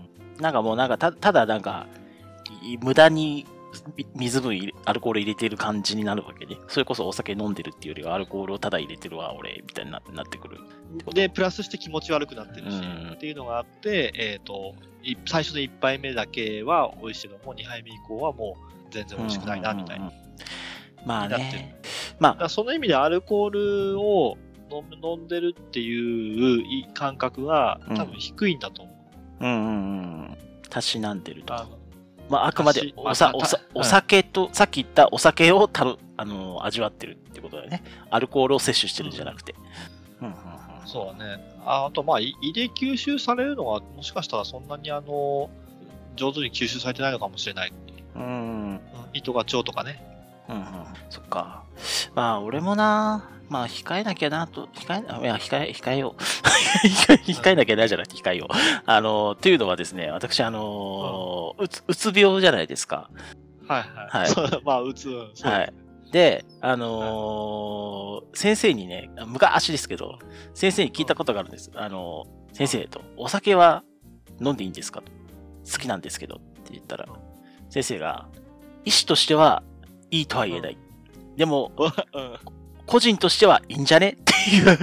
なんかもうなんかた、ただなんか、無駄に水分、アルコール入れてる感じになるわけね。それこそお酒飲んでるっていうよりは、アルコールをただ入れてるわ、俺、みたいになってくる。 で、プラスして気持ち悪くなってるし、うん、っていうのがあって、えっと、最初のいっぱいめだけは美味しいのも、にはいめ以降はもう全然美味しくないな、みたいな。 まあね。まあ、その意味でアルコールを飲んでるっていう感覚が多分低いんだと思う。 うんうんうん。たしなんでると。あまあ、あくまでおさ、おさ、お酒と、うん、さっき言ったお酒をたる、あの、味わってるってことだよね。アルコールを摂取してるんじゃなくて。 うんうんうんうん、そうだね。あ、あと、まあ、胃で吸収されるのは、もしかしたらそんなにあの、上手に吸収されてないのかもしれない。うん。胃とか腸とかね。 うんうん、そっか。まあ、俺もな、まあ、控えなきゃなと、控え、いや、控え、控えよう。控えなきゃなじゃなくて控えよう。あの、というのはですね、私、あの、うん、うつ、うつ病じゃないですか。 はいはい。はい、まあ、うつ、 はい。で、あのーはい、先生にね、昔ですけど、先生に聞いたことがあるんです。あの、先生と、お酒は飲んでいいんですかと。好きなんですけどって言ったら、先生が、医師としてはいいとは言えない。うん、でも、うん、個人としてはいいんじゃねっていう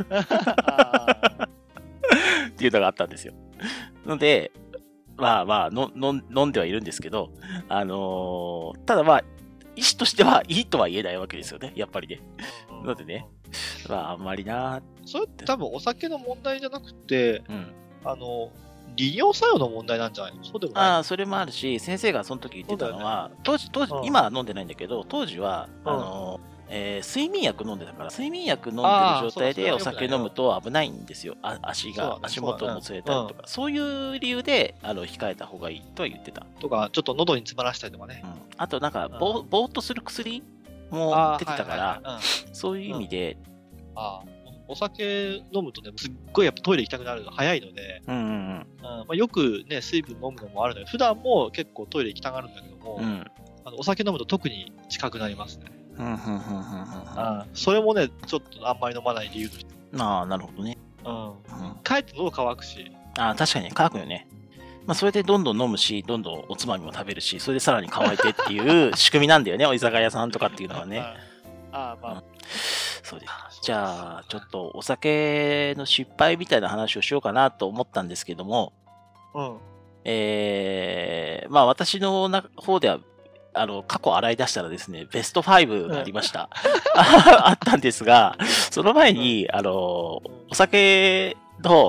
っていうのがあったんですよ。ので、まあまあのの、飲んではいるんですけど、あのー、ただまあ、医師としてはいいとは言えないわけですよね、やっぱりね。なのでね、まああんまりなそれって多分お酒の問題じゃなくて、うん、あの、利尿作用の問題なんじゃないの？そうでもない。 ああ、それもあるし、先生がその時言ってたのは、ね、当時、当時、うん、今は飲んでないんだけど、当時は、うん、あの、えー、睡眠薬飲んでたから、睡眠薬飲んでる状態でお酒飲むと危ないんですよ。あ足が、ね、足元もつれたりとか、そういう理由であの控えた方がいいとは言ってた。 とか、ちょっと喉に詰まらしたりとかね。 うん、あと、なんかぼ、うん、ぼーっとする薬も出てたから、そういう意味で、 うん、あお酒飲むとね、すっごいやっぱトイレ行きたくなるのが早いので、うんうんうんうんまあ、よくね、水分飲むのもあるので、普段も結構トイレ行きたがるんだけども、うん、あのお酒飲むと特に近くなりますね。うんうんうんうんうん、あそれもね、ちょっとあんまり飲まない理由として。 ああ、なるほどね。 うん。うん、かえって喉乾くし。 ああ、確かに乾くよね。まあ、それでどんどん飲むし、どんどんおつまみも食べるし、それでさらに乾いてっていう仕組みなんだよね、お居酒屋さんとかっていうのはね。ああ、まあ。うん、そうです。じゃあ、ちょっとお酒の失敗みたいな話をしようかなと思ったんですけども、うん。えー、まあ私の方では、あの、過去洗い出したらですね、ベストファイブがありました。うん、あったんですが、その前に、あの、お酒の、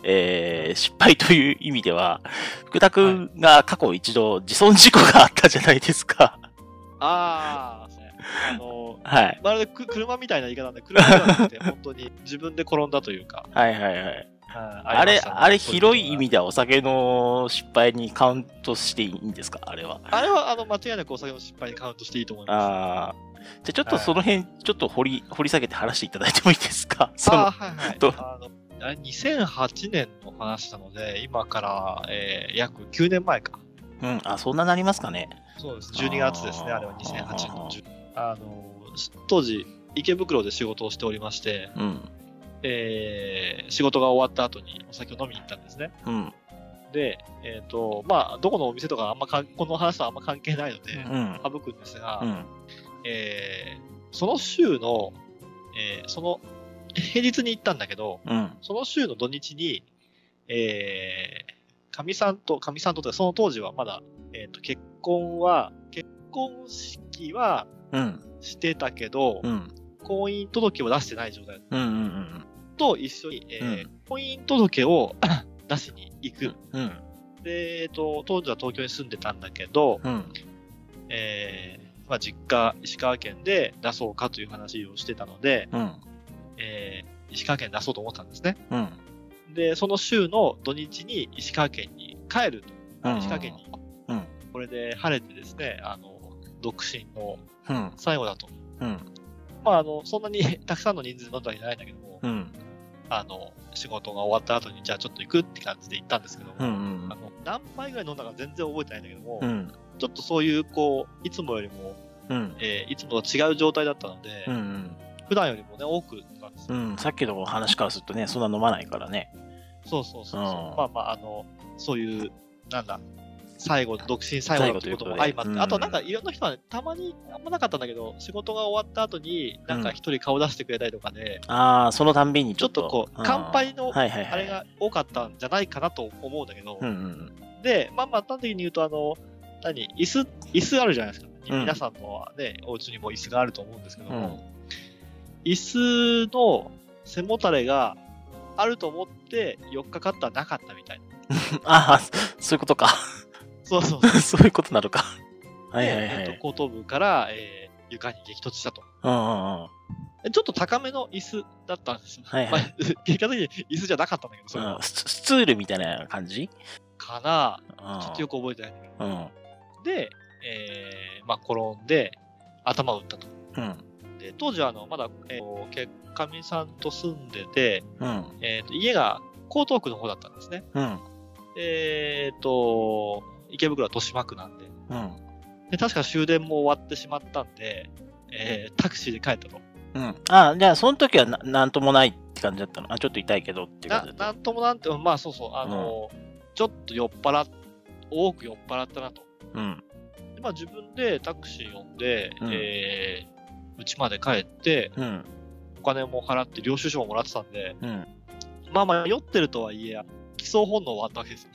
えー、失敗という意味では、福田くんが過去一度自損事故があったじゃないですか。 ああ、あのー、 はい。 まるでく車みたいな言い方なんで、車ではなくて、本当に自分で転んだというか。 はいはいはい。あ, あれ、あれ広い意味ではお酒の失敗にカウントしていいんですかあれは。 あれは、あの、間違いなくお酒の失敗にカウントしていいと思います。 ああ。じゃあちょっとその辺、ちょっと掘り、掘り下げて話していただいてもいいですかああ、はいはい。あの、あれにせんはちねんの話なので、今から、えー、約きゅうねんまえか。 うん、あ、そんななりますかね。 そうです。じゅうにがつですね、あれはにせんはちねんの。あの、当時、池袋で仕事をしておりまして、うん。えー、仕事が終わった後にお酒を飲みに行ったんですね。うん、で、えっ、ー、と、まあ、どこのお店とかあんまか、この話とはあんま関係ないので、うん、省くんですが、うん、えー、その週の、えー、その、平日に行ったんだけど、うん、その週の土日に、えー、かみさんと、かみさんととか、その当時はまだ、えっ、ー、と、結婚は、結婚式は、してたけど、うん、婚姻届を出してない状態だった。うんうんうんと一緒に、えーうん、婚姻届を出しに行く。うん、で、えっと、当時は東京に住んでたんだけど、うん、えー、まあ、実家、石川県で出そうかという話をしてたので、うん、えー、石川県出そうと思ったんですね。うん、で、その週の土日に石川県に帰ると。うん、石川県に、うん。これで晴れてですね、あの、独身の最後だと。うん、まあ、あの、そんなにたくさんの人数飲んだわけじゃないんだけども、うん、あの、仕事が終わった後に、じゃあちょっと行くって感じで行ったんですけども、うんうん、あの何杯ぐらい飲んだか全然覚えてないんだけども、うん、ちょっとそういう、こう、いつもよりも、うんえー、いつもと違う状態だったので、うんうん、普段よりもね、多く飲んだんですよ、うん。 さっきの話からするとね、そんな飲まないからね。 そうそうそうそう、うん。まあまあ、あの、そういう、なんだ、最後、独身最後ということも相まって、うん、あとなんかいろんな人はね、たまにあんまなかったんだけど、仕事が終わった後に、なんか一人顔出してくれたりとかで、 うん、ああ、そのたんびにちょっと、ちょっとこう、乾杯のあれが多かったんじゃないかなと思うんだけど、うんうん、で、まあまあ、端的に言うと、あの、何、椅子、椅子あるじゃないですか。うん、皆さんのね、お家にも椅子があると思うんですけども、うん、椅子の背もたれがあると思ってよっかかったらなかったみたいな。 ああ、そういうことか。 そうそうそう。 そういうことなのか。はいはいはい。 えっと、後頭部から、えー、床に激突したと。うんうんうん。ちょっと高めの椅子だったんですよ。はいはい。まあ、結果的に椅子じゃなかったんだけど、それは。 うん、スツールみたいな感じかな、うん、ちょっとよく覚えてないんだけど。うん、で、えー、まあ、転んで、頭を打ったと。うん、で当時は、あの、まだ、えー、かみさんと住んでて、うん、えーと、家が江東区の方だったんですね。うん、えっ、ー、と、池袋は豊島区なんで。うん、で確か終電も終わってしまったんで、えー、タクシーで帰ったと。 うん。あ、じゃあ、その時はななんともないって感じだったの。あ、ちょっと痛いけどって感じだった。 ななんともなんて、まあそうそう、あの、うん、ちょっと酔っ払っ、多く酔っ払ったなと。うん。でまあ自分でタクシー呼んで、うん、えー、家まで帰って、うん、お金も払って領収書ももらってたんで、うん、まあまあ酔ってるとはいえ、帰巣本能はあったわけですよ。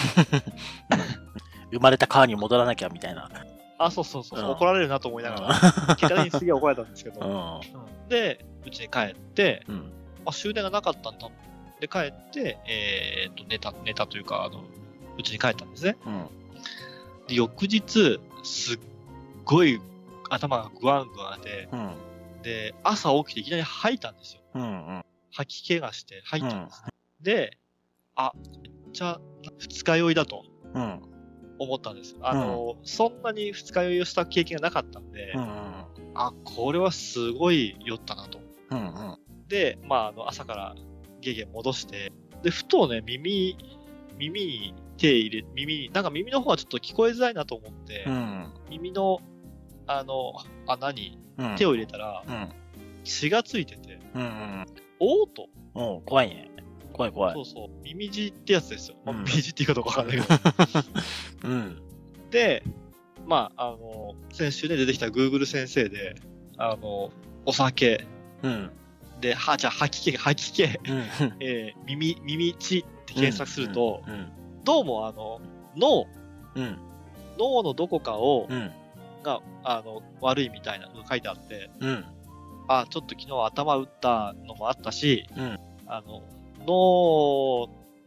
生まれた川に戻らなきゃみたいな。 あ、そうそうそう、うん、怒られるなと思いながら、結果的にすげえ怒られたんですけど、うん、で、うちに帰って、うん、あ、終電がなかったんだ。で、帰って、えー、っと、寝た、寝たというか、あの、うちに帰ったんですね。うん、で、翌日、すっごい頭がグワングワンで、うん、で、朝起きていきなり吐いたんですよ。うんうん、吐き気がして吐いたんですね。うん、で、あ、めっちゃ二日酔いだと。うん思ったんですよ。あの、うん、そんなに二日酔いをした経験がなかったんで、うんうん、あ、これはすごい酔ったなと。うんうん、で、まあ、あの、朝からゲゲ戻して、で、ふとね、耳、耳に手入れ、耳に、なんか耳の方はちょっと聞こえづらいなと思って、うん、耳の、あの、穴に手を入れたら、うん、血がついてて、うんうん、おーと。 お怖いね。怖い怖い。 そうそう。耳血ってやつですよ。まあ、耳血って言い方わかんないけど。うん。で、まあ、あの、先週ね、出てきた Google 先生で、あの、お酒。うん。で、は、じゃあ吐き気、吐き気、うん、えー、耳、耳血って検索すると、うんうん、どうもあの、脳、うん、脳のどこかを、うん、が、あの、悪いみたいなのが書いてあって、うん、あ、ちょっと昨日頭打ったのもあったし、うん、あの、脳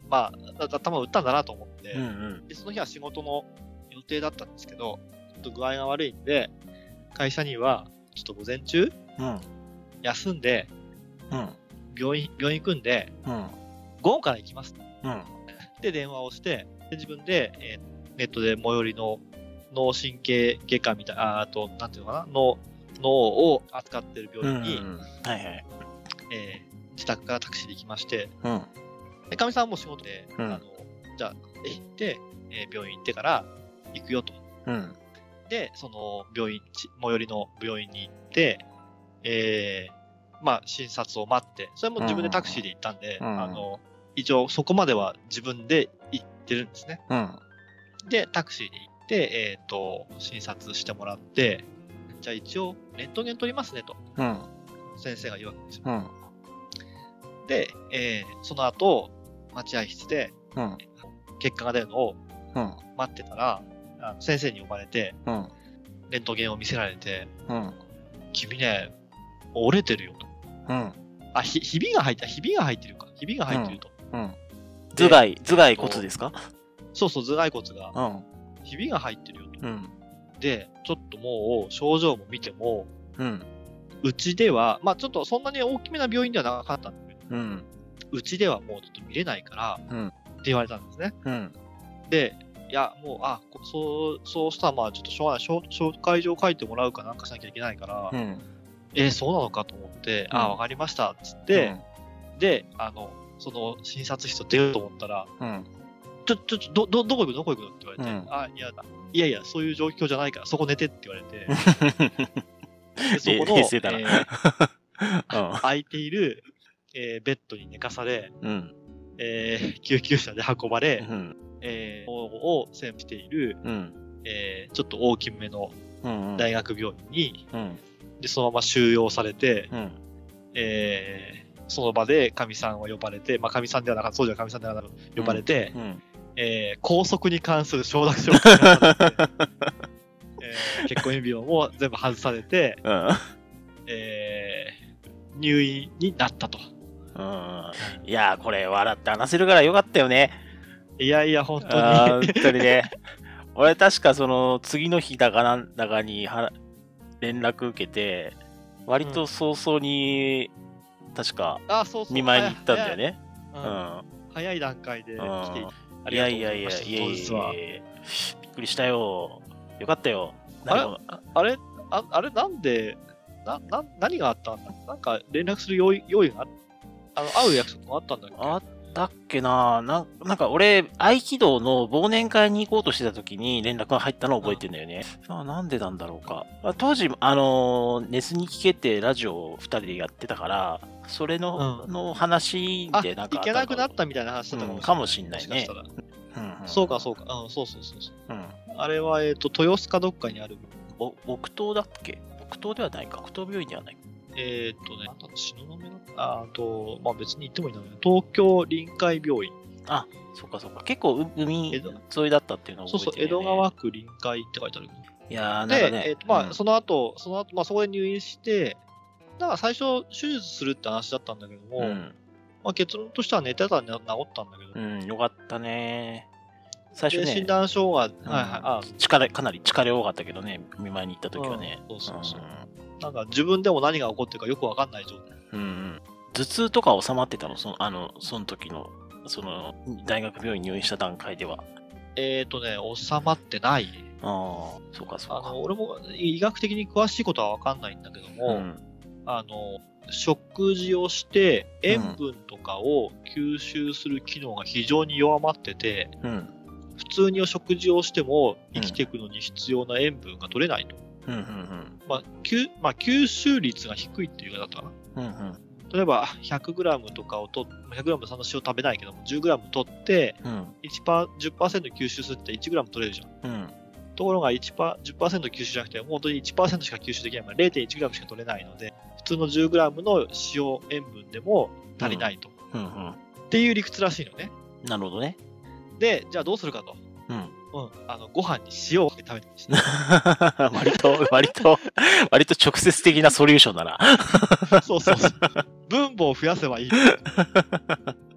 まあ、頭を打ったんだなと思って、 うんうん、 でその日は仕事の予定だったんですけど、ちょっと具合が悪いんで、会社には、ちょっと午前中、 うん、 休んで、 うん、 病院、病院行くんで、 うん、 午後から行きます。 うん、 で、電話をして、で自分で、えー、ネットで最寄りの脳神経外科みたいな、あと、なんていうのかな、脳、脳を扱ってる病院に、 うんうん、はいはい。 えー、自宅からタクシーで行きまして、 うん、 で、かみさんも仕事で、 うん、 あの、じゃあ、行って、えー、病院行ってから行くよと。 うん、 で、その病院、最寄りの病院に行って、えー、まあ、診察を待って、それも自分でタクシーで行ったんで、 うん、 あの、一応そこまでは自分で行ってるんですね。 うん、 で、タクシーに行って、えっ、ー、と、診察してもらって、じゃあ一応、レントゲン取りますねと、 うん、 先生が言うわけですよ。 うん、 で、えー、その後、待合室で、 うん、 結果が出るのを待ってたら、あの先生に呼ばれて、 うん、 レントゲンを見せられて、 うん、 君ね、折れてるよと。 うん、 あ、ひ、ひびが入った、ひびが入ってるか。ひびが入ってると。 うん。頭蓋、頭蓋骨ですか？ そうそう、頭蓋骨が。 うん。 ひびが入ってるよと。 うん。 で、ちょっともう、症状も見ても、 うん。 うちでは、まあちょっとそんなに大きめな病院ではなかったんだけど、 うん。 うちではもうちょっと見れないから、 うん。 って言われたんですね。 うん。 で、いや、もう、あ、そう、そうしたらまあちょっとしょうがない。紹介状書いてもらうかなんかしなきゃいけないから、 うん。 えー、そうなのかと思って、うん、あ、わかりました、つって、うん、で、あの、その診察室を出ようと思ったら、 うん、 ちょ、ちょ、ちょ、ど、ど、どこ行くどこ行くのって言われて、うん、あ、いやだ、いやいや、そういう状況じゃないから、そこ寝てって言われて、でそこの、えー、空いている、えー、ベッドに寝かされ、 うん、 えー、救急車で運ばれ、 うん、 えー、を専務している、 うん、 えー、ちょっと大きめの大学病院に、 うん、 で、そのまま収容されて、 うん、 えー、その場で神さんを呼ばれて、まあ神さんではなかった、そうじゃ神さんではなかった、呼ばれて、うんうん、えー、校則に関する承諾書を書かされて、えー、結婚指輪も全部外されて、うん、えー、入院になったと。 うん、いやー、これ笑って話せるからよかったよね。 いやいや、本当に。 本当にね。俺確かその次の日だかなんだかには連絡受けて、割と早々に、確か見舞いに行ったんだよね。 うん。早い段階で来て、ありがとうございました。 いやいやいや、いやいやびっくりしたよ。よかったよ。 あれあれああれなんで、な、な、何があったんだなんか連絡する用意、用意があった、あの、会う約束もあったんだけど。 あったっけなななんか俺、合気道の忘年会に行こうとしてた時に連絡が入ったのを覚えてんだよね。あなんでなんだろうか。当時、あのー、ネスに聞けってラジオをふたりでやってたから、それの、うん、の話でなんか行けなくなったみたいな話だったかもしれないね。 そうかそうか。うん、そうそうそうそう。うん、あれは、えっ、ー、と、豊洲かどっかにある。 お、木刀だっけ？木刀ではないか。木刀病院ではない。 えっ、ー、とね、東雲の、あと、まあ別に行ってもいいんだけど、東京臨海病院。 あ、そっかそっか。結構海沿いだったっていうのを覚えてる、ね、 そうそう、江戸川区臨海って書いてある。 いやー、 なんかね。 で、えー、まあ、うん、その後、その後、まあそこで入院して、だから最初手術するって話だったんだけども、うん、まあ結論としては寝てたら治ったんだけど。 うん、よかったね。最初ね。 診断書が、 うん、はいはい。あ力、かなり力多かったけどね、見舞いに行った時はね。 うん、そうそうそう。うん、なんか自分でも何が起こってるかよくわかんない状態。 うんうん。頭痛とか収まってたのその、あの、その時の、その、大学病院に入院した段階では。 えっ、ー、とね、収まってない。 ああ、そうかそうか。 あの、俺も医学的に詳しいことはわかんないんだけども、うん、あの、食事をして塩分とかを吸収する機能が非常に弱まってて、うん、普通に食事をしても生きていくのに必要な塩分が取れないと。うんうんうんまあ吸まあ、吸収率が低いっていう言い方だったかな。うんうん、例えば ひゃくグラム とかをと ひゃくグラム そんな塩食べないけども じゅうグラム 取って、うん、いちパーセント、じゅっパーセント 吸収するって いちグラム 取れるじゃん。うん、ところが じゅっパーセント 吸収じゃなくて本当に いちパーセント しか吸収できないから れいてんいちグラム しか取れないので普通の じゅうグラム の塩塩分でも足りないと、うんうんうん、っていう理屈らしいのね。 なるほどね。 でじゃあどうするかと。うんうん、あのご飯に塩をかけて食べてました。 割と、割と、割と直接的なソリューションだな。 そうそうそう。分母を増やせばいい。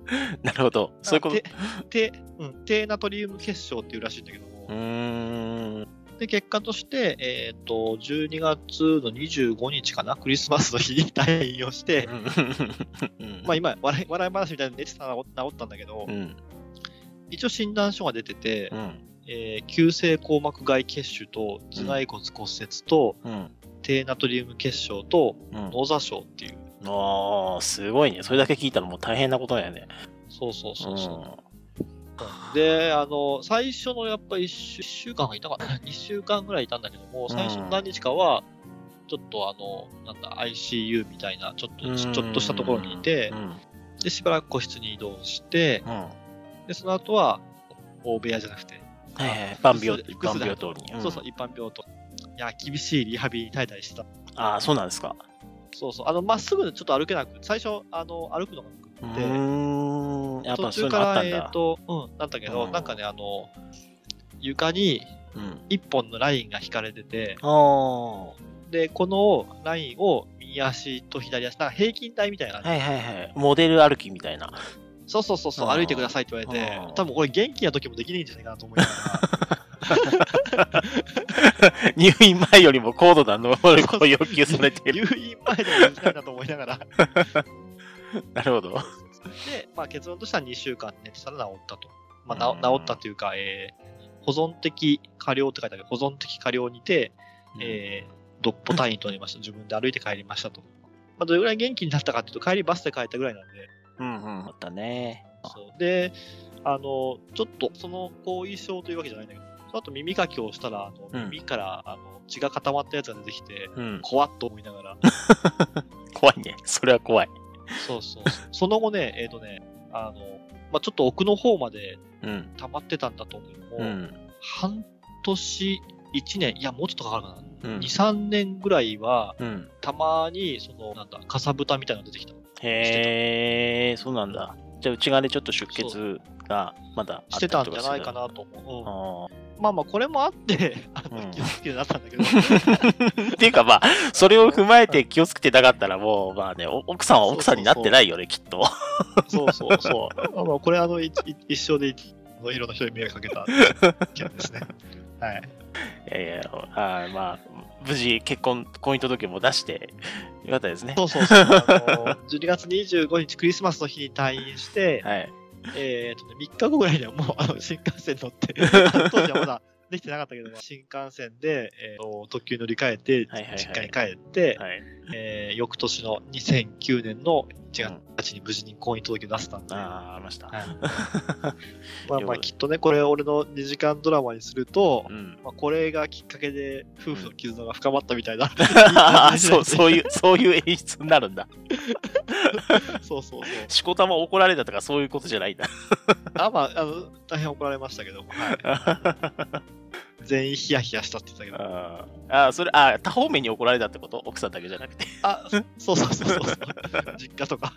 なるほど。そういうこと。 低、うん、低ナトリウム結晶っていうらしいんだけども。 うーん。 で、結果として、えっ、ー、と、じゅうにがつのにじゅうごにちかな、クリスマスの日に退院をして、まあ今、笑い、笑い話みたいな熱さ治ったんだけど、うん、一応診断書が出てて、うん、えー、急性硬膜外血腫と頭蓋骨骨折と、うん、低ナトリウム結晶と脳挫傷っていう。 うん、ああ、すごいね。それだけ聞いたらもう大変なことだよね。 そうそうそうそう。うんで、あの、最初のやっぱりいっしゅうかんがいたかな、にしゅうかんぐらいいたんだけども、最初の何日かは、ちょっとあの、なんだ、アイシーユー みたいな、ちょっと、ちょっとしたところにいて、で、しばらく個室に移動して、で、その後は、大部屋じゃなくて、 はいはい、一般病、一般病棟に。 そうそう、一般病棟。いや、厳しいリハビリに耐えたりしてた。 ああ、そうなんですか。 そうそう、あの、まっすぐちょっと歩けなく、最初、あの、歩くのがなくて、やっぱ途中から、えっと、うん、なんだけど、なんかね、あの、床に一本のラインが引かれてて、うん、で、このラインを右足と左足、なんか平均台みたいな。 はいはいはい。モデル歩きみたいな。 そうそうそうそう、歩いてくださいって言われて、多分これ元気な時もできないんじゃないかなと思いながら。 入院前よりも高度な能力を要求されている。 入院前でも難しいなと思いながら。 なるほど。 で、まあ、結論としてはにしゅうかん寝てたら治ったと。まあ、治ったというか、えー、保存的過料って書いてある保存的過料にて、うん、えー、ドッポ単位となりました。自分で歩いて帰りましたと。まあ、どれぐらい元気になったかっていうと、帰りバスで帰ったぐらいなんで。 うんうん、あったね。 そうで、あの、ちょっとその後遺症というわけじゃないんだけど、その後耳かきをしたら、あの耳から、うん、あの血が固まったやつが出てきて、うん、怖っと思いながら。 怖いね。それは怖い。 そうそうそう。その後ね、えっ、ー、とね、あの、まあ、ちょっと奥の方まで溜まってたんだと思うけども、うん、半年、いちねん、いや、もうちょっとかかるかな。うん、に、さんねんぐらいは、うん、たまに、その、なんだ、かさぶたみたいなのが出てきた。 へー、そうなんだ。じゃあ、内側でちょっと出血がまだあしてたんじゃないかなと思う。うん、まあまあ、これもあって、あの、気をつけてなったんだけど。 っていうかまあ、それを踏まえて気をつけてなかったらもう、まあね、奥さんは奥さんになってないよね、きっと。 そうそうそう。まあまあ、これあの、一生でいろんな人に迷惑かけた件ですね。はい。 いやいや、あまあ、無事結婚、婚姻届も出して、よかったですね。 そうそうそう。あのじゅうにがつにじゅうごにちクリスマスの日に退院して、はい、えっとね、みっかごぐらいにはもうあの新幹線乗って、当時はまだできてなかったけど、新幹線で、えー、と特急乗り換えて、はいはいはい、実家に帰って、はいえー、翌年のにせんきゅうねんのいちがつはちにちに無事に婚姻届を出せたんで。 ああ、ありました。はい、 まあまあきっとね、これ俺のにじかんドラマにすると、うんまあ、これがきっかけで夫婦の絆が深まったみたいな。 そう、そういう、そういう演出になるんだ。 そうそうそう。 しこたま怒られたとかそういうことじゃないんだ。 あ、まあ、あの、大変怒られましたけども、はい。全員ヒヤヒヤしたって言ったけど。 ああ、それ、あ多方面に怒られたってこと？奥さんだけじゃなくて。 あ、そうそうそうそう。実家とか。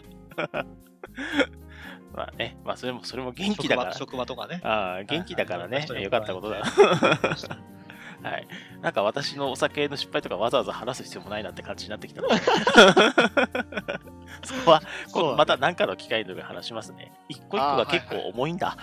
まあね、まあそれも、それも元気だから。 職場、職場とかね。 ああ、元気だからね、よかったことだ。はい。なんか私のお酒の失敗とかわざわざ話す必要もないなって感じになってきたので。そこは、今度また何かの機会の上話しますね。一個一個が結構重いんだ。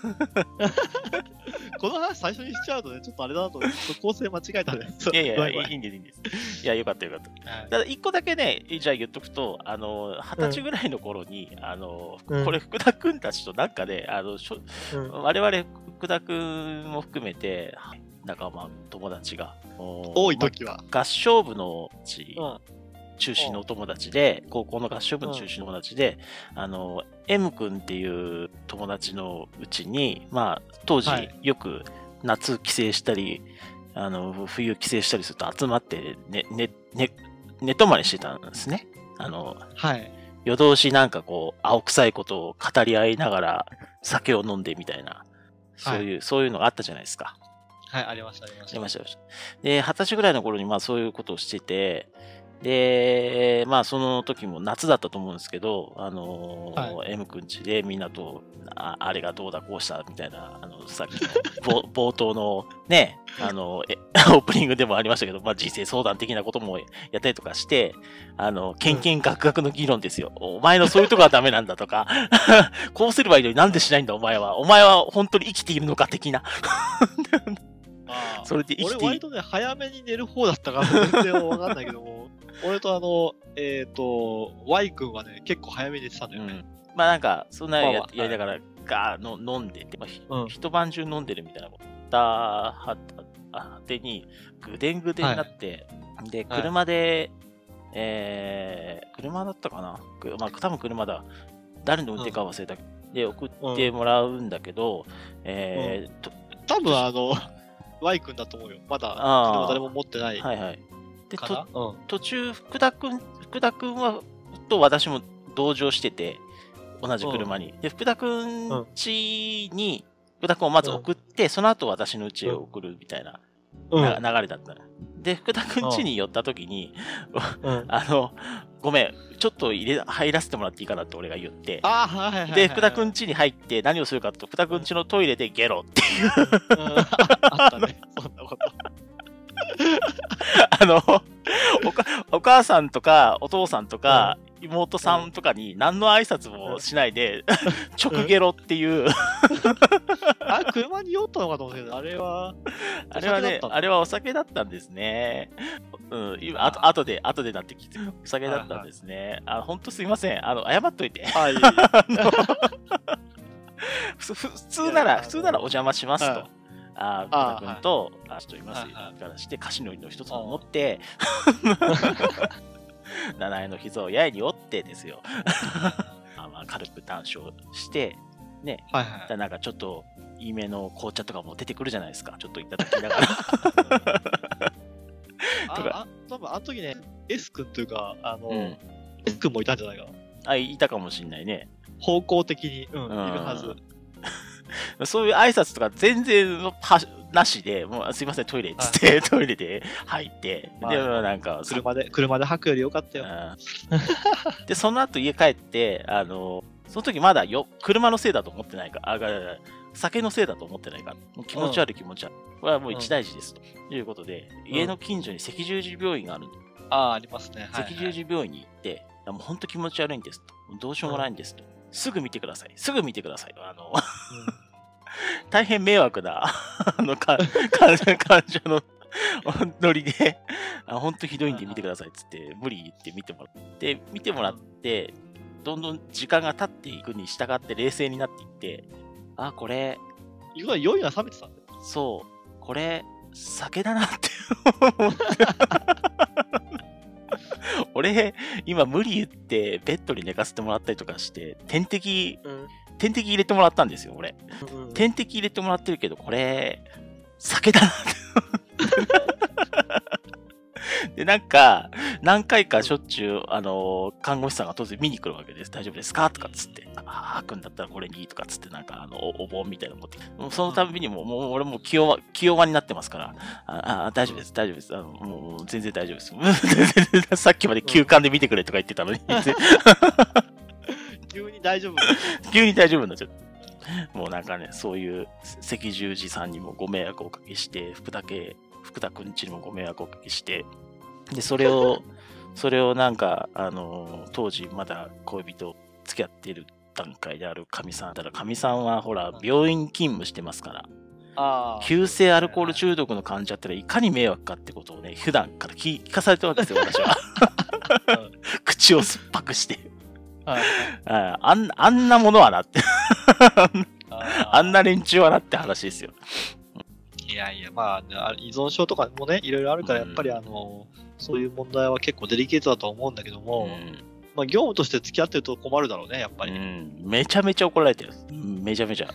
この話最初にしちゃうとね、ちょっとあれだなと、構成間違えたね。 いやいや、いいんです、いいんです。いや、よかったよかった。はい、ただ、一個だけね、じゃあ言っとくと、あの、二十歳ぐらいの頃に、うん、あの、これ、福田くんたちとなんかで、あの、しょうん、我々、福田くんも含めて、仲間、友達が、 多い時は、 まあ、合唱部のうち、うん中心のお友達で、高校の合唱部の中心の友達で、うん、あの、M 君っていう友達のうちに、まあ、当時、よく夏帰省したり、はい、あの、冬帰省したりすると集まって、ね、ね、ね、寝泊まりしてたんですね。あの、 はい。 夜通しなんかこう、青臭いことを語り合いながら、酒を飲んでみたいな、そういう、はい、そういうのがあったじゃないですか。 はい、ありました、ありました。ありました、 で、二十歳ぐらいの頃に、まあ、そういうことをしてて、 で、まあその時も夏だったと思うんですけど、あのーはい、M 君家でみんなとあ、あれがどうだこうしたみたいな、あの、さっきの冒頭のね、あの、えオープニングでもありましたけど、まあ人生相談的なこともやったりとかして、あの、けんけんがくがくの議論ですよ。うん、お前のそういうとこはダメなんだとか、こうすればいいのになんでしないんだお前は。お前は本当に生きているのか的な。 あそれで生きてい俺割とね、早めに寝る方だったから全然わかんないけども、俺とあの、えっ、ー、と、Y 君はね、結構早めに寝てたんだよね。 うん、まあなんか、そんなや、まあまあ、やりながら、ガーの飲んでて、まあうん、一晩中飲んでるみたいなことだはてに、ぐでんぐでんになって、はい、で、車で、はい、えー、車だったかなまあ多分車だ。誰の運転か忘れたけど、うん、で、送ってもらうんだけど、うん、えー、と多分あの、Y 君だと思うよ。まだ車誰も持ってない。 はいはい。で、とうん、途中、福田君、福田君は、と私も同乗してて、同じ車に。うん、で、福田君家に、福田君をまず送って、うん、その後私の家へ送るみたいな、うん、流れだった。で、福田君家に寄った時に、うん、あの、ごめん、ちょっと入れ入らせてもらっていいかなって俺が言って、 あはいはいはいはい、 で、福田君家に入って何をするかというと、福田君家のトイレでゲロっていう、 うん。あったね、そんなこと。 あのおか、お母さんとかお父さんとか、うん、妹さんとかに何の挨拶もしないで、うん、直ゲロっていう、うん、 あ、車に酔ったのかと思うけど、あれは、 あれはね、あれはお酒だったんですね。うん、今、あと、あとで、あとでなって聞いて、お酒だったんですね。あ、ほんとすいません。あの、謝っといて。 あ、いいいい普通なら、普通ならお邪魔しますと。ああ、福田君と、あ、ちょっといますからして、菓子のりの一つを持って、七重の膝をややに折ってですよ。まあ軽く談笑して、ね、 はいはい、 なんかちょっと、いいめの紅茶とかも出てくるじゃないですか。ちょっといただきながら。 とかあ、多分あの時ね、S 君というか、あの、うん、S 君もいたんじゃないかな。 あ、いたかもしんないね。 方向的に、うん、うん、いるはず。 そういう挨拶とか全然なしで、もうすいません、トイレっつって、はい、トイレで入って、はい、でもなんか車で、車で吐くよりよかったよ。 で、その後家帰って、あの、その時まだよ、車のせいだと思ってないか、あ、酒のせいだと思ってないか、もう気持ち悪い気持ち悪い。これはもう一大事ですということで、うん、家の近所に赤十字病院があるんで、 ああ、ありますね。 赤十字病院に行って、もう本当気持ち悪いんですと。どうしようもないんですと。うん、すぐ見てください。すぐ見てください。あの、うん、大変迷惑な、あの、患者のノリで、本当ひどいんで見てくださいっつって、無理言って見てもらって、見てもらって、どんどん時間が経っていくに従って冷静になっていって、あ、これ、 要は酔いが冷めてたんだよ。 そう、これ、酒だなって思って。俺、今無理言ってベッドに寝かせてもらったりとかして、点滴、うん、点滴入れてもらったんですよ、俺。うんうん、点滴入れてもらってるけど、これ、酒だなって。で、なんか、何回かしょっちゅう、あの、看護師さんが当然見に来るわけです。大丈夫ですかとかっつって。あ、吐くんだったらこれにとかっつって、なんか、あの、お盆みたいなの持ってきて。そのたびにもう、もう俺も気弱、気弱になってますから。あ、あ大丈夫です、大丈夫です。あのもう、全然大丈夫です。さっきまで休館で見てくれとか言ってたのに。 急に大丈夫急に大丈夫になっちゃった。もうなんかね、そういう赤十字さんにもご迷惑をおかけして、福田家、福田くんちにもご迷惑をおかけして、で、それを、それをなんか、あのー、当時まだ恋人付き合っている段階であるかみさん。だからかみさんはほら、病院勤務してますから、 あ急性アルコール中毒の患者っていかに迷惑かってことをね、普段から聞, 聞かされてるわけですよ、私は。口を酸っぱくして。 はい、 あん。あんなものはなって。あんな連中はなって話ですよ。 いやいや、まあ、依存症とかもね、いろいろあるから、やっぱりあの、うん、そういう問題は結構デリケートだと思うんだけども、うん、まあ、業務として付き合ってると困るだろうね、やっぱり。 うん、めちゃめちゃ怒られてる。めちゃめちゃ。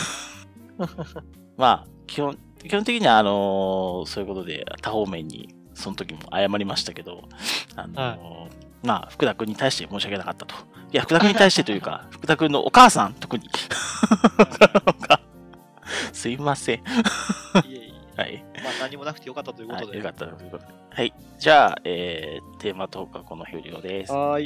まあ、基本、基本的には、あのー、そういうことで、多方面に、その時も謝りましたけど、あのーはい、まあ、福田君に対して申し訳なかったと。いや、福田君に対してというか、福田君のお母さん、特に。すいません。 いえいえ。 はい。 まあ何もなくてよかったということで。 はい、よかったということで。はい。じゃあ、えー、テーマトークはこの表了です。 はい。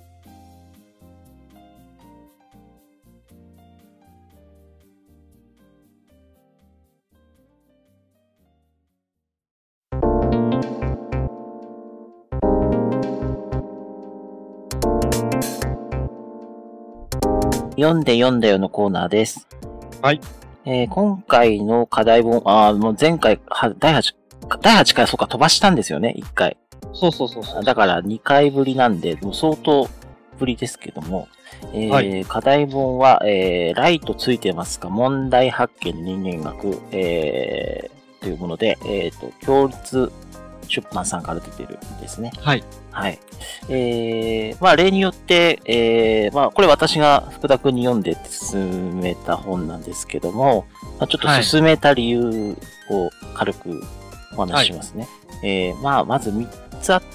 読んで読んだよのコーナーです。 はい。 えー、今回の課題本、あもう前回、だいはち、だいはちかい、そうか、飛ばしたんですよね、いっかい。 そうそうそうそう。 だからにかいぶりなんで、もう相当ぶりですけども、えーはい、課題本は、えー、ライトついてますか問題発見人間学、えー、というもので、えっ、ー、と、共立出版さんから出てるんですね。 はい。 はい。えー、まあ、例によって、えー、まあ、これ私が福田くんに読んで進めた本なんですけども、まあ、ちょっと進めた理由を軽くお話ししますね。はい、えー、まあ、まずみっつあって、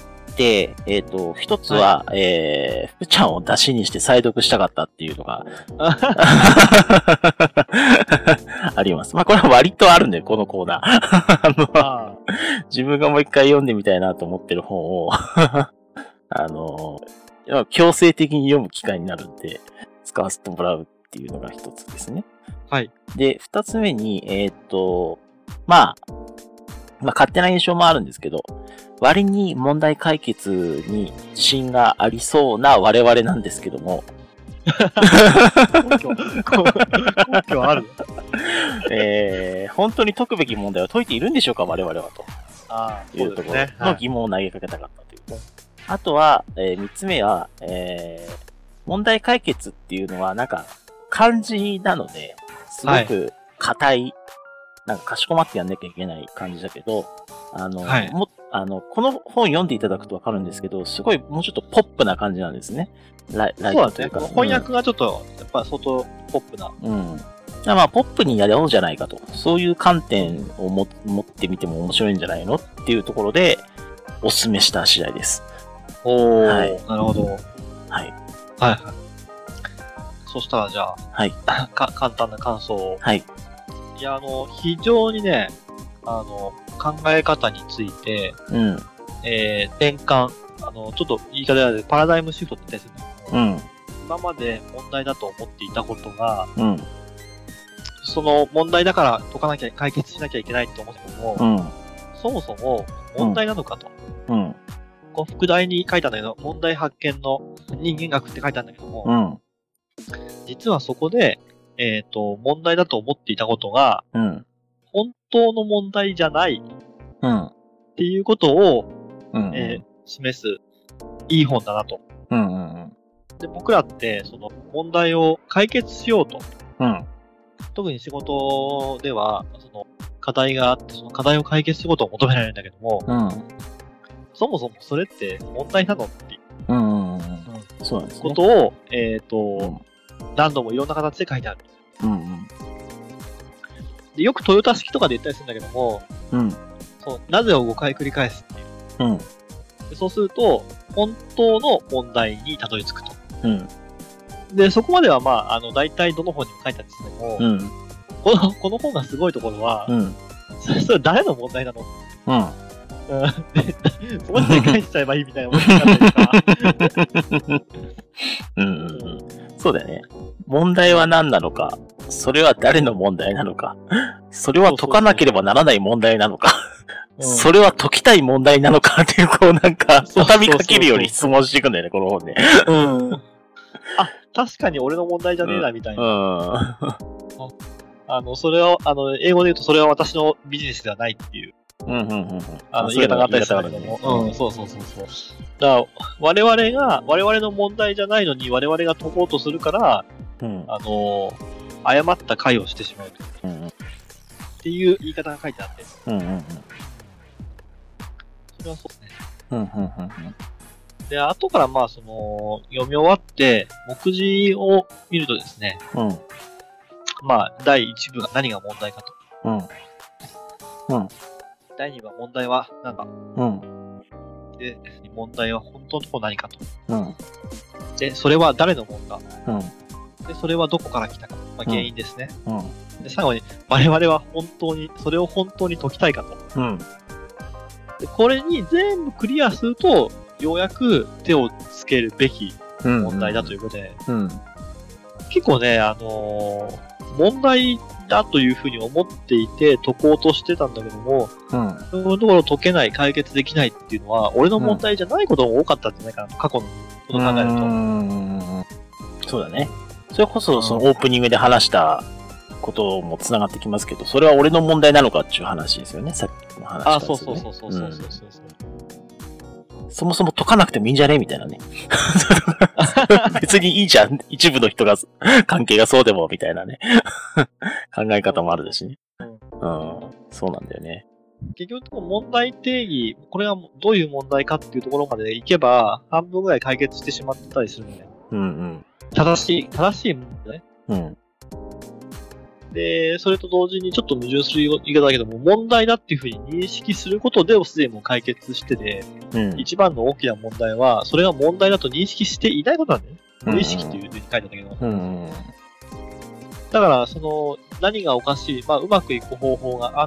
えっ、ー、と、ひとつは、はい、えー、福ちゃんを出しにして再読したかったっていうのが、あります。まあ、これは割とあるんで、このコーナー。あのあ自分がもう一回読んでみたいなと思ってる本を、あの、強制的に読む機会になるんで、使わせてもらうっていうのが一つですね。 はい。 で、二つ目に、えっ、ー、と、まあ、まあ、勝手な印象もあるんですけど、割に問題解決に自信がありそうな我々なんですけども。 根拠、根拠あるえー、本当に解くべき問題を解いているんでしょうか、我々はと。 ああ、 いうところの疑問を投げかけたかったという。はい、あとは、えー、三つ目は、えー、問題解決っていうのはなんか漢字なので、すごく硬い、はい、なんかかしこまってやんなきゃいけない感じだけど、あの、はい、もあのこの本読んでいただくとわかるんですけど、すごいもうちょっとポップな感じなんですね。ライライトというか。 そうですね。翻訳がちょっと、やっぱ相当ポップな。 うん。まあ、ポップにやろうじゃないかと。そういう観点をも持ってみても面白いんじゃないのっていうところで、お勧めした次第です。 おー、はい、なるほど。はい。 はいはい。そしたらじゃあ、 はい。 か簡単な感想を。 はい。 いや、あの、非常にね、あの、考え方について、 うん。 えー、転換、あの、ちょっと言い方でパラダイムシフトって言ったりするんだけど、 うん。 今まで問題だと思っていたことが、 うん。 その問題だから解かなきゃ、解決しなきゃいけないと思っても、 うん、 そもそも問題なのかと。 うん。 こう副題に書いたんだけど、問題発見の人間学って書いたんだけども、 うん、 実はそこで、えっと、問題だと思っていたことが、 うん、 本当の問題じゃない、 うん、 っていうことを、 うんえー、示すいい本だなと。 うんうんうん、 で僕らって、その問題を解決しようと。 うん、 特に仕事では、その課題があって、その課題を解決することを求められるんだけども、 うん、 そもそもそれって問題なのっていう、 うんうんうん、そうなんですね。 ことを、えっと、うん、何度もいろんな形で書いてある。 うんうん、 でよくトヨタ式とかで言ったりするんだけども、 うん、 そうなぜをごかい繰り返すっていう。 うん、 でそうすると、本当の問題にたどり着くと。 うん、 で、そこまではまあ、あの、大体どの本にも書いてあるんですけども、 うん、 この、この本がすごいところは、 うん、 それ、それ誰の問題なのうん。 そこで返しちゃえばいいみたいな思い方うんうんうん。そうだよね。問題は何なのか、それは誰の問題なのか、それは解かなければならない問題なのか、うん、それは解きたい問題なのかっていう、こうなんか、畳みかけるように質問していくんだよね、この本ね。うん。 あ、確かに俺の問題じゃねえな、みたいな。 うん。 あの、それは、あの、英語で言うとそれは私のビジネスではないっていう。 うんうんうんうん。 あの、言い方があったりするんだけども。うん、そうそうそうそう。だから、我々が、我々の問題じゃないのに我々が解こうとするから、うん、あの、誤った解をしてしまうと。うんうん、っていう言い方が書いてあって。 うんうんうん。 それはそうですね。 うんうんうんうん。 で、後からまあ、その、読み終わって、目次を見るとですね、 うん、 まあ、だいいち部が何が問題かと。 うん。うん。 だいに部は問題は何だ。 うん。 で、問題は本当のところ何かと。 うん。 で、それは誰のものか。 うん。 で、それはどこから来たか。まあ、原因ですね。 うん。うん。 で最後に、我々は本当に、それを本当に解きたいかと。 うん。 でこれに全部クリアすると、ようやく手をつけるべき問題だということで、 うんうん、 結構ね、あのー、問題だというふうに思っていて解こうとしてたんだけども、 うん、 そういうところ解けない、解決できないっていうのは、俺の問題じゃないことも多かったんじゃないかなと、過去のことを考えると。 うんそうだね。それこそ、そのオープニングで話したこともつながってきますけど、それは俺の問題なのかっていう話ですよね、さっきの話、ね。 あ、そうそうそうそうそうそうそうそう、 うん。そもそも解かなくてもいいんじゃねみたいなね。別にいいじゃん。一部の人が、関係がそうでも、みたいなね。考え方もあるしね。うん。そうなんだよね。 結局、問題定義、これはどういう問題かっていうところまでいけば、半分ぐらい解決してしまったりするので。 うんうん。 正しい、正しい問題。 うん。 で、それと同時にちょっと矛盾する言い方だけども、問題だっていうふうに認識することで、すでにもう解決してて、うん、一番の大きな問題は、それが問題だと認識していないことなんだよね。無意識っていうふうに書いてあったけど。 うんうん、 だから、その、何がおかしい、まあ、うまくいく方法があって、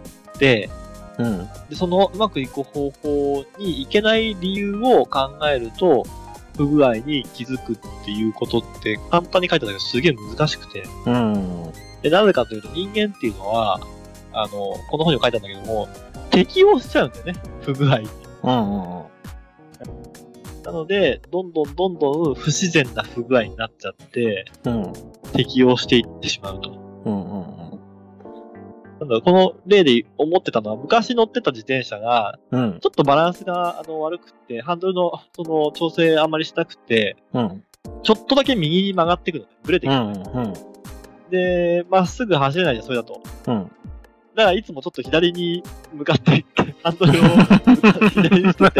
うん、 でそのうまくいく方法にいけない理由を考えると、不具合に気づくっていうことって簡単に書いてあったけど、すげえ難しくて。 うんで、なぜかというと人間っていうのは、あの、この本にも書いてあるんだけども、適応しちゃうんだよね、不具合に。 うんうんうん、 なので、どんどんどんどん不自然な不具合になっちゃって、 うん、 適応していってしまうと。 うんうんうん、 なんだろう、この例で思ってたのは、昔乗ってた自転車が、 うん、 ちょっとバランスがあの悪くて、ハンドルのその調整あんまりしなくて、 うん、 ちょっとだけ右に曲がってくるのね。ブレてくる。 うんうんで、まっすぐ走れないじゃん、それだと。 うん。 だからいつもちょっと左に向かって、ハンドルを左にしてて。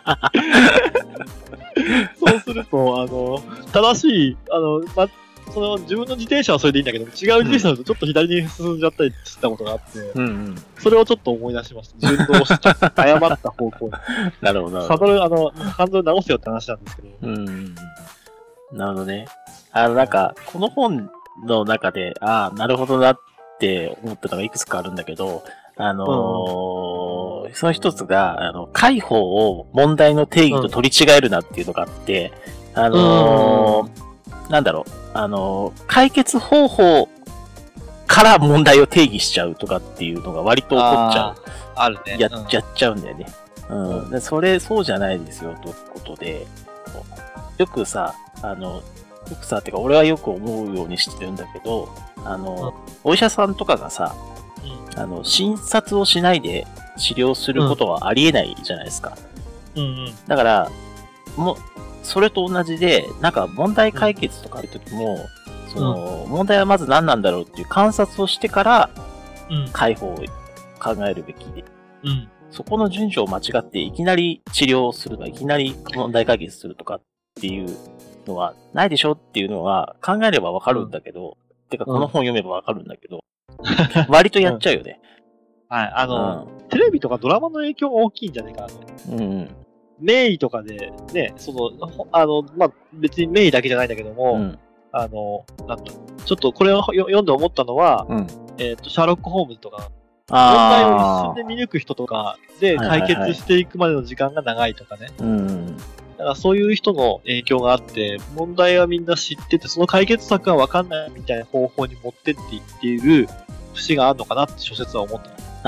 そうすると、あの、正しい、あの、ま、その自分の自転車はそれでいいんだけど、違う自転車だとちょっと左に進んじゃったりしたことがあって、 うんうん、 それをちょっと思い出しました。順動した、誤った方向に。 なるほど。 サドル、あの、ハンドル直せよって話なんですけど。 うん。なるほどね。あの、なんか、この本の中で、ああ、なるほどなって思ったのがいくつかあるんだけど、あのーうん、その一つが、あの、解法を問題の定義と取り違えるなっていうのがあって、うん、あのー、なんだろう、あのー、解決方法から問題を定義しちゃうとかっていうのが割と起こっちゃう。 あ, あるね。 やっちゃっちゃうんだよね。うん。うん、でそれ、そうじゃないですよ、ということで、よくさ、あの、よくさ、てか俺はよく思うようにしてるんだけど、あの、うん、お医者さんとかがさ、うん、あの、診察をしないで治療することはありえないじゃないですか。 うんうん、 だから、もう、それと同じで、なんか問題解決とかいうときも、うん、その、問題はまず何なんだろうっていう観察をしてから、解放を考えるべきで、 うん、 そこの順序を間違っていきなり治療をするとか、いきなり問題解決するとかっていうのはないでしょっていうのは考えればわかるんだけど、うん、てかこの本読めばわかるんだけど、うん、割とやっちゃうよね。 はい、あの、うん、テレビとかドラマの影響が大きいんじゃないかなと。 うんうん名医とかで、ね、その、あの、まあ、別に名医だけじゃないんだけども、うん、あの、なんだ、ちょっとこれを読んで思ったのは、 うん、 えっと、シャーロック・ホームズとか、問題を一瞬で見抜く人とかで解決していくまでの時間が長いとかね。 はいはいはい、うんだからそういう人の影響があって、問題はみんな知ってて、その解決策がわかんないみたいな方法に持ってっていっている節があるのかなって諸説は思った。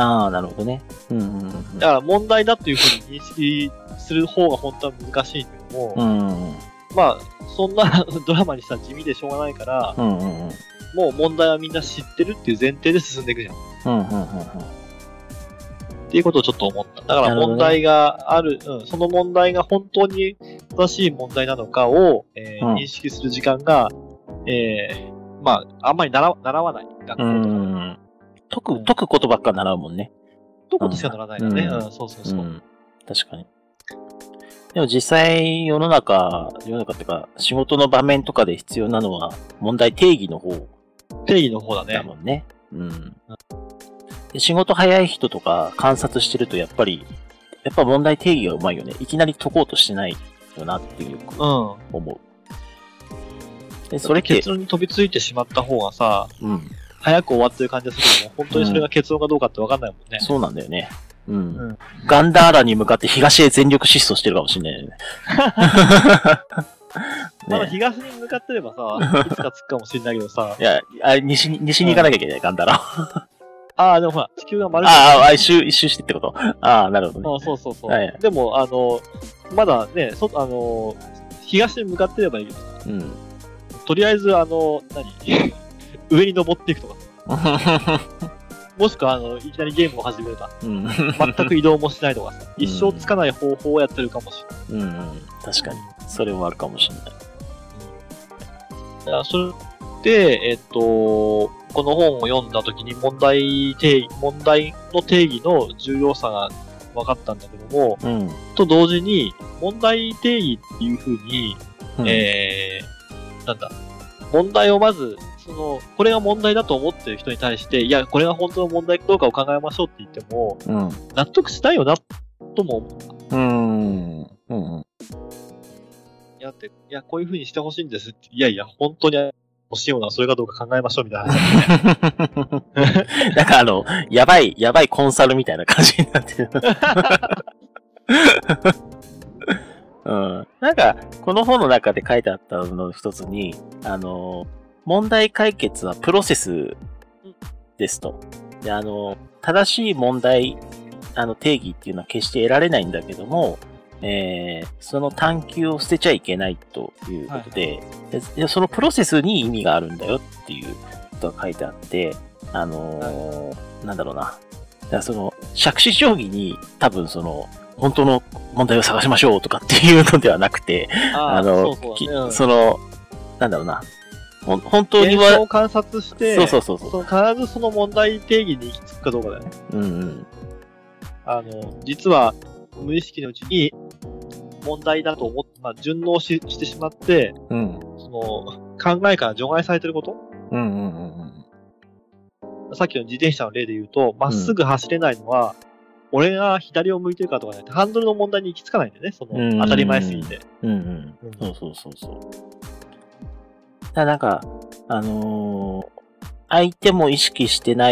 ああ、なるほどね。うんうんうん、 だから問題だっていうふうに認識する方が本当は難しいんだけども、 うんうん、 まあ、そんなドラマにしたら地味でしょうがないから、 うんうんうん、 もう問題はみんな知ってるっていう前提で進んでいくじゃん。 うんうんうんうん、 っていうことをちょっと思った。だから問題がある、るうん、その問題が本当に正しい問題なのかを、えーうん、認識する時間が、えー、まあ、あんまり習習わない。学校とか、うん。 解く、解くことばっか習うもんね。 解くことしかならないよね。うん、うん、そうそうそう、うん。 確かに。でも実際世の中、世の中っていうか仕事の場面とかで必要なのは問題定義の方。 定義の方だね。 だもんね。うん。で仕事早い人とか観察してるとやっぱり、やっぱ問題定義がうまいよね。いきなり解こうとしてないよなっていう思う。 うん、でそれ結論に飛びついてしまった方がさ、 うん、 早く終わってる感じがするけども、本当にそれが結論かどうかって分かんないもんね。 うん、そうなんだよね。うん。うん、ガンダーラに向かって東へ全力疾走してるかもしれないよね。 まだ東に向かってればさ、いつか着くかもしれないけどさ。 いや、あ西に、西に行かなきゃいけない、うん、ガンダーラ。 ああ、でもほら、地球が丸くああ、一周、一周してってことああ、なるほどね。 あそうそうそう。はい、でも、あの、まだね、そ、あの、東に向かってればいいけど、うん。とりあえず、あの、何上に登っていくとか。もしくは、あの、いきなりゲームを始めるか。うん、全く移動もしないとかさ。一生つかない方法をやってるかもしれない。うん、うん、 確かに。それもあるかもしれない。 うん、だからそれで、えっと、この本を読んだときに問題定義、問題の定義の重要さが分かったんだけども、うん、と同時に、問題定義っていうふうに、うん、えー、なんだ、問題をまず、その、これが問題だと思ってる人に対して、いや、これが本当の問題かどうかを考えましょうって言っても、うん、納得しないよな、とも思った。うーん。うん。いや、って、いや、こういうふうにしてほしいんですって。いやいや、本当に欲しいような、それかどうか考えましょうみたいな話。 なんかあの、やばい、やばいコンサルみたいな感じになってる。うん。なんか、この本の中で書いてあったの一つに、あの、問題解決はプロセスですと。で、あの、正しい問題、あの、定義っていうのは決して得られないんだけども、えー、その探求を捨てちゃいけないということで、はいはい、で、そのプロセスに意味があるんだよっていうことが書いてあって、あのーはい、なんだろうな。だからその、杓子定規に多分その、本当の問題を探しましょうとかっていうのではなくて、あ, あの、そうそう、ね、うん、その、なんだろうな。本当には。 現象を観察して、 そうそうそうそう。 その必ずその問題定義に行き着くかどうかだよね。うんうん。あの、実は、無意識のうちに問題だと思って、まあ、順応ししてしまって、うん、その考えから除外されてること、うんうんうんうん、さっきの自転車の例で言うと、まっすぐ走れないのは、うん、俺が左を向いてるかとかじゃなくて、ハンドルの問題に行き着かないんだよね、その、当たり前すぎて。うんうん。うん、 そうそうそうそう。だからなんか、あのー、相手も意識してない、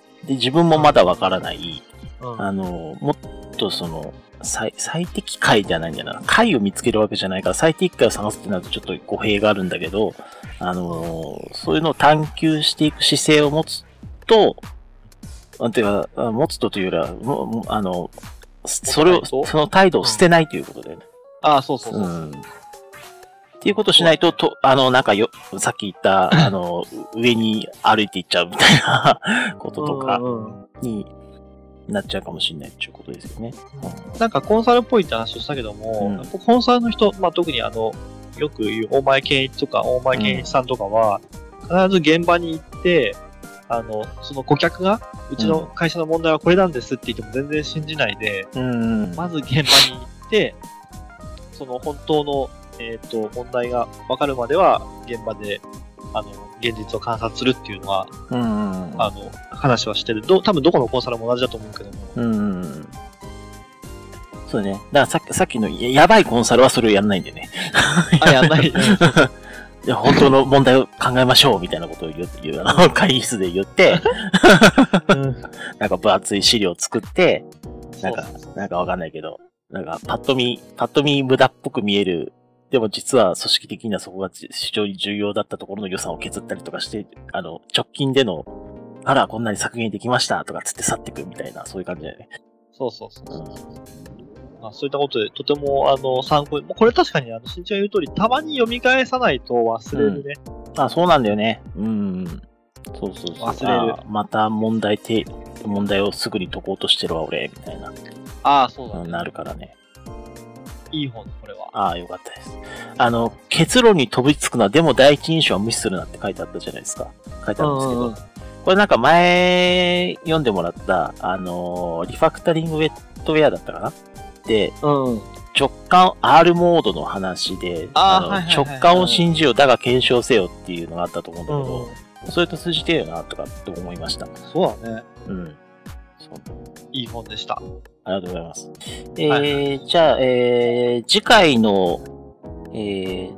で、自分もまだわからない、うん、あのー、もっとその、最, 最適解じゃないんだよな。解を見つけるわけじゃないから、最適解を探すってなるとちょっと語弊があるんだけど、あのー、そういうのを探求していく姿勢を持つと、なんていうか、持つとというよりは、もあの、それを、その態度を捨てないということだよね。 うん、ああ、そうそうそう。うんっていうことをしないと、と、あの、なんかよ、さっき言った、あの、上に歩いていっちゃうみたいなこととかになっちゃうかもしれないっていうことですよね。 うん、なんかコンサルっぽいって話をしたけども、うん、コンサルの人、まあ特にあの、よく言う大前健一とか大前健一さんとかは、必ず現場に行って、あの、その顧客が、うちの会社の問題はこれなんですって言っても全然信じないで、うん、まず現場に行って、その本当のえっと、問題が分かるまでは、現場で、あの、現実を観察するっていうのは、うんうんうん、あの、話はしてる。ど、多分どこのコンサルも同じだと思うけども。うんうん、 そうね。だからさっき、さっきのや、やばいコンサルはそれをやんないんでね。 あ、やんない。いや本当の問題を考えましょうみたいなことを言う、言うあの会議室で言って、うん、なんか分厚い資料を作って、なんか、なんかわかんないけど、なんかパッと見、パッと見無駄っぽく見える、でも実は組織的にはそこが非常に重要だったところの予算を削ったりとかして、あの、直近での、あら、こんなに削減できましたとかつって去ってくみたいな、そういう感じだよね。 そうそうそうそう。うん、まあ、そういったことで、とても、あの、参考に、これ確かに、あの、新ちゃん言う通り、たまに読み返さないと忘れるね。 うん、あ、そうなんだよね。うん。そうそうそう。 忘れる。 また問題て、問題をすぐに解こうとしてるわ、俺、みたいな。 ああ、そうだ、ね。 なるからね。 いい本、これは。 ああ、よかったです。あの、結論に飛びつくのは、でも第一印象は無視するなって書いてあったじゃないですか。書いてあるんですけど。これなんか前読んでもらった、あのー、リファクタリングウェットウェアだったかなで、うん、直感 R モードの話で、あの、直感を信じよう、だが検証せよっていうのがあったと思うんだけど、うん、それと通じてるよな、とかって思いました。 そうだね。 うん。 そういい本でした。 ありがとうございます。えー、はいはい、じゃあ、えー、次回の、えー、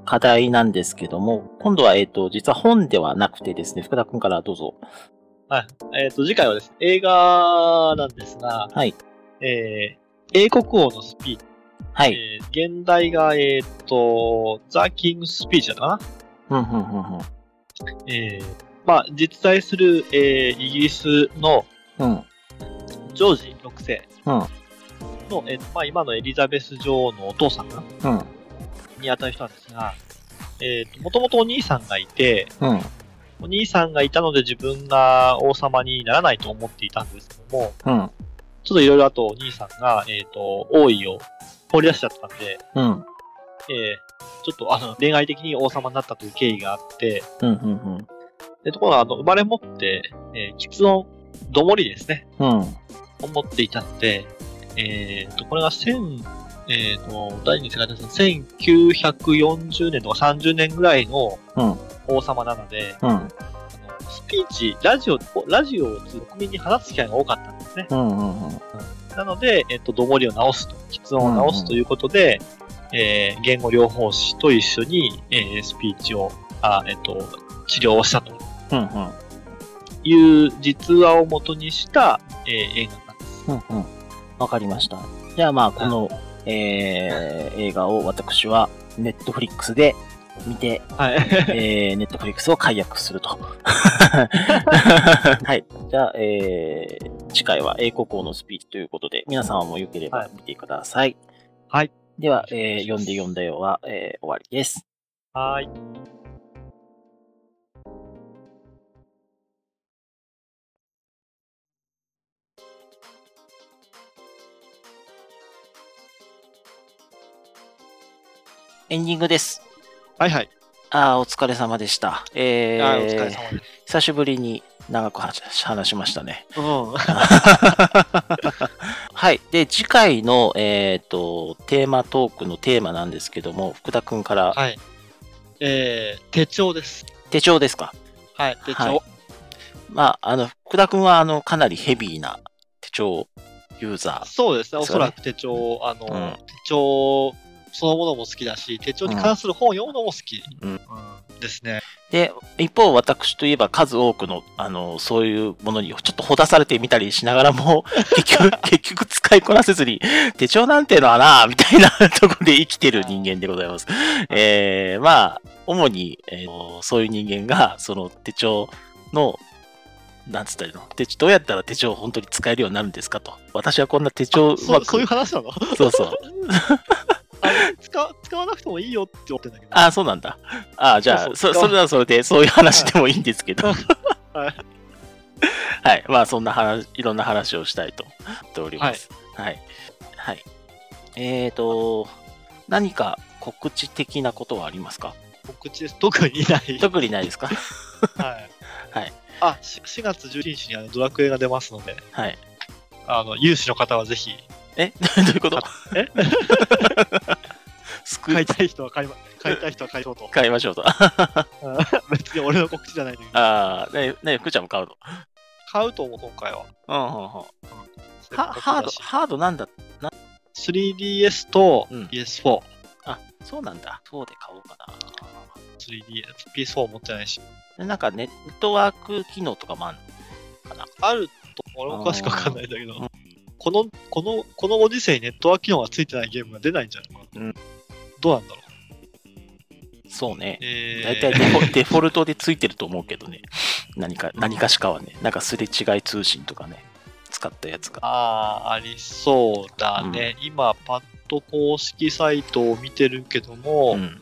課題なんですけども、今度は、えっと、実は本ではなくてですね、福田くんからどうぞ。 はい。えっ、ー、と、次回はですね、映画なんですが、 はい。 えー、英国王のスピーチ。 はい。 えー、現代が、えっ、ー、と、ザ・キングスピーチだったかな。うん、うん、うん、うん。 えー、まあ、実在する、えー、イギリスの、 うん。 ジョージろくせい。 うん。 の、えー、まあ、今のエリザベス女王のお父さんかな。 うん。 にあたる人なんですが、えっ、ー、と、もともとお兄さんがいて、 うん。 お兄さんがいたので自分が王様にならないと思っていたんですけども、 うん、 ちょっといろいろあとお兄さんが、えっ、ー、と、王位を放り出しちゃったんで、 うん、 えー、ちょっとあの、恋愛的に王様になったという経緯があって、 うんうんうん、 でところが、あの、生まれ持って、えー、喫音、どもりですね。 うん。を持っていたので、えっ、ー、と、これが千、えっ、ー、と、第二次世界大戦、せんきゅうひゃくよんじゅうねんとかさんじゅうねんぐらいの王様なので、 うん、あのスピーチ、ラジオ、ラジオを国民に話す機会が多かったんですね。 うんうんうん、 なので、えっ、ー、と、どもりを直すと、喫音を直すということで、うんうん、えー、言語療法士と一緒に、えー、スピーチを、あえっ、ー、と、治療をしたと。 うんうん、 いう実話を元にした、えー、映画なんです。 うんうん。わかりました。じゃあまあ、この、えー、映画を私はネットフリックスで見て、 はい、 えー、ネットフリックスを解約すると。はい。じゃあ、えー、次回は英国王のスピーチということで、皆様もよければ見てください。 はい。 では、えー、読んで読んだよは、えー、終わりです。 はい。 エンディングです。 はいはい。 ああ、お疲れ様でした。えー、 あお疲れ様です。 久しぶりに長く話しましたね。 うん。 はい。で、次回の、えっと、テーマトークのテーマなんですけども、福田くんから。 はい。えー、手帳です。 手帳ですか。 はい、手帳。はい、 まあ、あの、福田くんは、あの、かなりヘビーな手帳ユーザー、ね。 そうですね。おそらく手帳、あの、うん、手帳そのものも好きだし、手帳に関する本を読むのも好き、うんうん、ですね。 で、一方、私といえば数多くの、あの、そういうものにちょっとほだされてみたりしながらも、結局、結局使いこなせずに、手帳なんていうのはな、みたいなところで生きてる人間でございます。えー、まあ、主に、えー、そういう人間が、その手帳の、なんつったらいいの手どうやったら手帳を本当に使えるようになるんですかと。私はこんな手帳うまく。そういう話なの？ そうそう。 あれ使使わなくてもいいよって思ってんだけど。 ああ、そうなんだ。ああ、じゃあ、そうそう そ, それはそれで、そういう話でもいいんですけど。はい。はい。まあ、そんな話、いろんな話をしたいと思っております。はい。はい。はい、えーと、何か告知的なことはありますか？ 告知です。特にない。 特にないですか？ はい。 はい。 あ、しがつじゅういちにちにあのドラクエが出ますので。 はい。 あの、有志の方はぜひ。 えどういうこと？ え買いたい人は買いま、買いたい人は買いましょうと。 買いましょうと。 別に俺の告知じゃないんだけど。ああ、ね、ね、福ちゃんも買うの？ 買うと思う、今回は。 うん、うん、うん。ハード、ハードなんだなスリーディーエス と ピーエスフォー、うん。 あ、そうなんだ。そうで買おうかな。 スリーディーエス、ピーエスフォー 持ってないし。 なんかネットワーク機能とかもあるのかな？ あると、俺も詳しくわかんないんだけど。この、この、このご時世にネットワーク機能がついてないゲームが出ないんじゃないかな。うん。どうなんだろう。そうね。えー、大体デフォ、デフォルトでついてると思うけどね。何か、何かしかはね。なんかすれ違い通信とかね。使ったやつが。 ああ、ありそうだね。うん、今、パッと公式サイトを見てるけども、うん、えーっ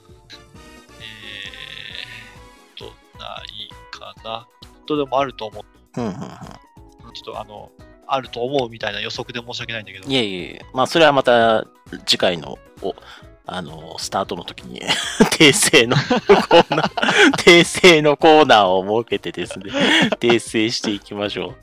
と、ないかな。きっとでもあると思う。 うんうんうん。 ちょっとあの、あると思うみたいな予測で申し訳ないんだけど。 いえいえ、まあそれはまた次回のおあのスタートの時に訂正のコーナー訂正のコーナーを設けてですね訂正していきましょう。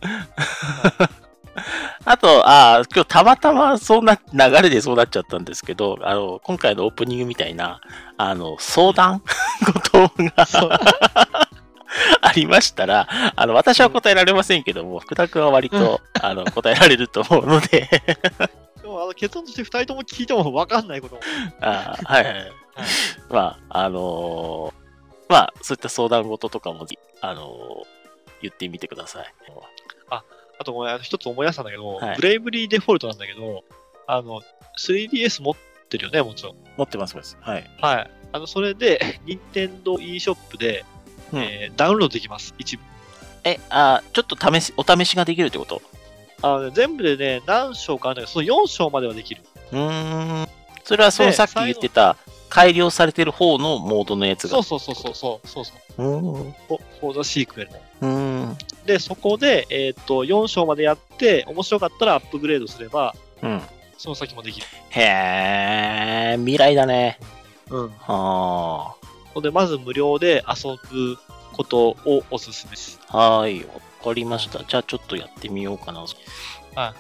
あと、あ今日たまたまそんな流れでそうなっちゃったんですけど、あの今回のオープニングみたいなあの相談事がありましたら、あの、私は答えられませんけども、福田くんは割と、あの、答えられると思うので。 でも、あの、結論としてふたりとも聞いても分かんないことも。 あはいはい。 まあ、あのー、まあ、そういった相談事とかも、あのー、言ってみてください。 あ、あとごめん、一つ思い出したんだけど、はい、ブレイブリーデフォルトなんだけど、あの、スリーディーエス 持ってるよね、もちろん。 持ってます、はい。 はい。あの、それで、任天堂 e ショップで、うん、えー、ダウンロードできます、一部。 え、あ、ちょっと試し、お試しができるってこと？ あの、全部でね、何章かあるんだけど、そのよん章まではできる。 うーん。それはそのさっき言ってた、改良されてる方のモードのやつが。 そうそうそうそうそうそう。 うん。 フォーザシークエル。 うん。 で、そこで、えっと、よん章までやって、面白かったらアップグレードすれば、 うん。 その先もできる。 へー、未来だね。 うん。 はあ。で、まず無料で遊ぶことをおすすめです。 はい、わかりました。じゃあちょっとやってみようかな。 はい。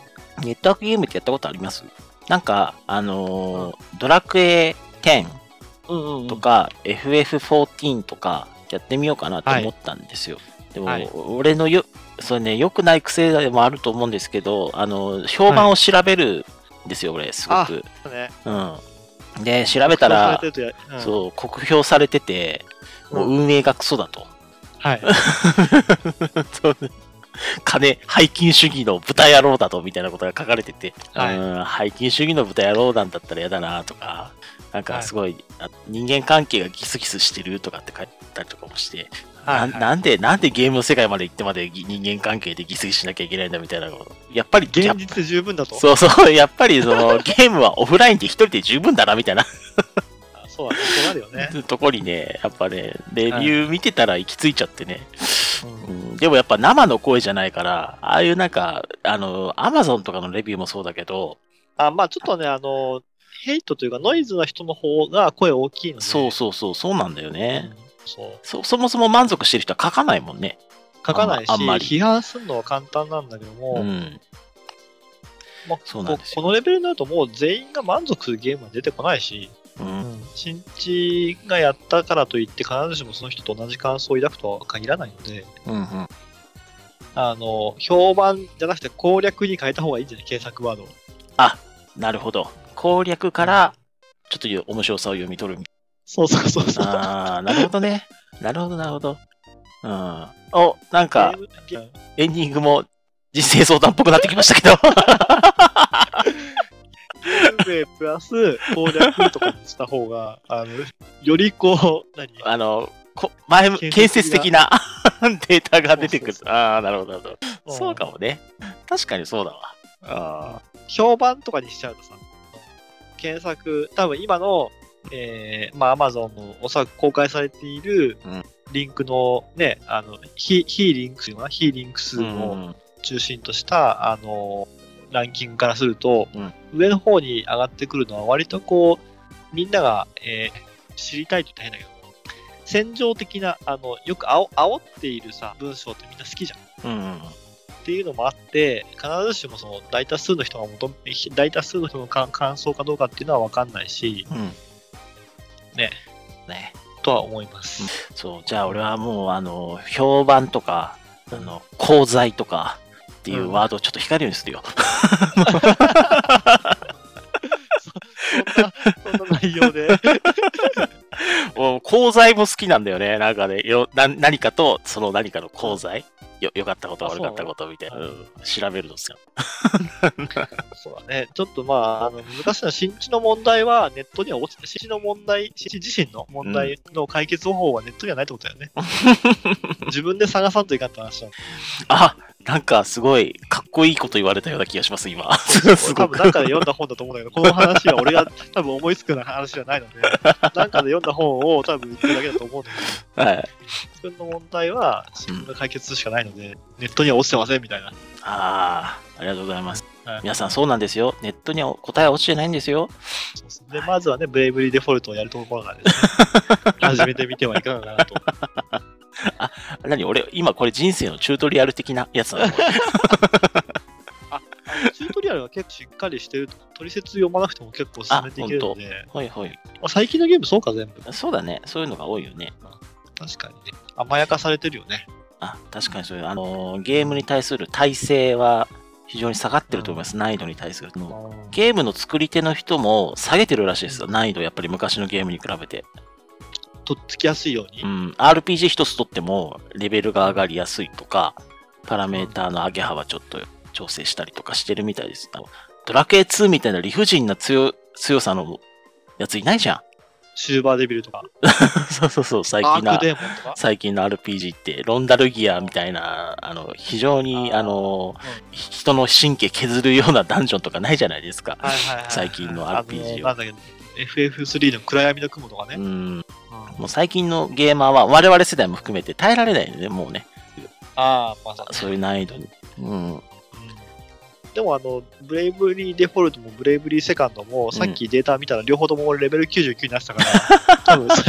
ネットワークゲームってやったことあります？なんか、あのーうん、ドラクエテンとか、うんうんうん、エフエフフォーティーン とかやってみようかなと思ったんですよ。はい、でも、はい、俺のよ、それね、良くない癖でもあると思うんですけど、あの、評判を調べるんですよ、はい、俺、すごく。 ね、 うん。で、調べたら、うん、そう、酷評されてて、もう運営がクソだと。 はい。 そうね。金、背筋主義の豚野郎だとみたいなことが書かれてて、はい、うん、背筋主義の豚野郎なんだったら嫌だなとか、なんかすごい、はい、人間関係がギスギスしてるとかって書いたりとかもして、はい、な, なんで、なんでゲームの世界まで行ってまで人間関係でギスギスしなきゃいけないんだみたいなこと。やっぱり、 現実十分だと。 そうそう、やっぱりそのゲームはオフラインで一人で十分だなみたいな。 そうだね、そうなるよね。 とこにね、やっぱね、レビュー見てたら行き着いちゃってね。うん、でもやっぱ生の声じゃないから、ああいうなんか、あの、アマゾンとかのレビューもそうだけど、 あ、まあちょっとね、あの、ヘイトというかノイズな人の方が声大きいので。 そうそうそう、そうなんだよね。 うん、そうそ, そもそも満足してる人は書かないもんね。 書かないし、あんまり批判するのは簡単なんだけども、 うん、 まあ、そうなんですよ。このレベルになるともう全員が満足するゲームは出てこないし、うん、新地がやったからといって必ずしもその人と同じ感想を抱くとは限らないので、 うんうん、 あの評判じゃなくて攻略に変えた方がいいんじゃない？検索ワードを。 あ、なるほど。攻略からちょっと面白さを読み取る。 そうそうそうそう。 ああ、なるほどね。なるほどなるほど。うん。お、なんかエンディングも人生相談っぽくなってきましたけど。 ゲーム名プラス攻略とかにした方が、あの、よりこう、何あの、こ前建設的なデータが出てくる。ああ、なるほど、なるほど。そうかもね。確かにそうだわ。あ評判とかにしちゃうとさ、検索、多分今の、えー、まあ Amazon のおそらく公開されているリンクのね、あの、非、非リンク数は非リンク数を中心とした、あの、ランキングからすると、うん、上の方に上がってくるのは割とこう、みんなが、えー、知りたいと言ったら変だけど、戦場的な、あの、よくあお煽っているさ、文章ってみんな好きじゃん。 うんうん、 っていうのもあって、必ずしもその大多数の人が求め、大多数の人の感想かどうかっていうのは分かんないし、 うん、 ね。 ね。 とは思います。 うん、そう、じゃあ俺はもう、あの、評判とか、あの、功罪とか、っていうワードをちょっと光るようにするよ。 そんな、そんな内容で。 もう功罪も好きなんだよね。なんかね、よな何かと、その何かの功罪。よ、良かったこと、悪かったことみたいな、うん、調べるんですよ。 そうだね。ちょっとまあ、あの難しいのは、新地の問題はネットには落ちて、新地の問題、新地自身の問題の解決方法はネットにはないってことだよね。自分で探さんといかんって話なの。 あ、なんかすごいかっこいいこと言われたような気がします、今。 す多分なんかで読んだ本だと思うんだけど、この話は俺が多分思いつくような話じゃないので、なんかで読んだ本を多分言ってるだけだと思うんだけど、はい、自分の問題は自分が解決するしかないので、うん、ネットには落ちてませんみたいな。 ああ、ありがとうございます。はい、皆さんそうなんですよ。ネットには答えは落ちてないんですよ。 そうそうで、まずはね、ブレイブリーデフォルトをやるところからですね、始めてみてはいかがかなと。 あ、何俺、今これ人生のチュートリアル的なやつなのあ、あのチュートリアルは結構しっかりしてると、取説読まなくても結構進めていけるので、 はいはい。 まあ、最近のゲームそうか、全部。 そうだね、そういうのが多いよね。 確かにね、甘やかされてるよね。 あ、確かにそういう、あのー、ゲームに対する耐性は非常に下がってると思います、難易度に対する。ゲームの作り手の人も下げてるらしいですよ、難易度やっぱり昔のゲームに比べて。 とっつきやすいように、 うん、アールピージー 一つとってもレベルが上がりやすいとか、パラメーターの上げ幅ちょっと調整したりとかしてるみたいです。ドラクエツーみたいな理不尽な 強, 強さのやついないじゃん。 シルバーデビルとか。 そうそうそう、最近の、最近の アールピージーって、ロンダルギアみたいな、あの、非常に、あの、うん、人の神経削るようなダンジョンとかないじゃないですか。はいはいはい、最近の アールピージー は。 なんだけど、エフエフスリー の暗闇の雲とかね。 うん。うん、もう最近のゲーマーは、我々世代も含めて耐えられないよね、もうね。 ああ、まあ、 そういう難易度に。うん。 でもあの、ブレイブリーデフォルトもブレイブリーセカンドも、さっきデータ見たら両方ともレベルきゅうじゅうきゅうになってたから、多分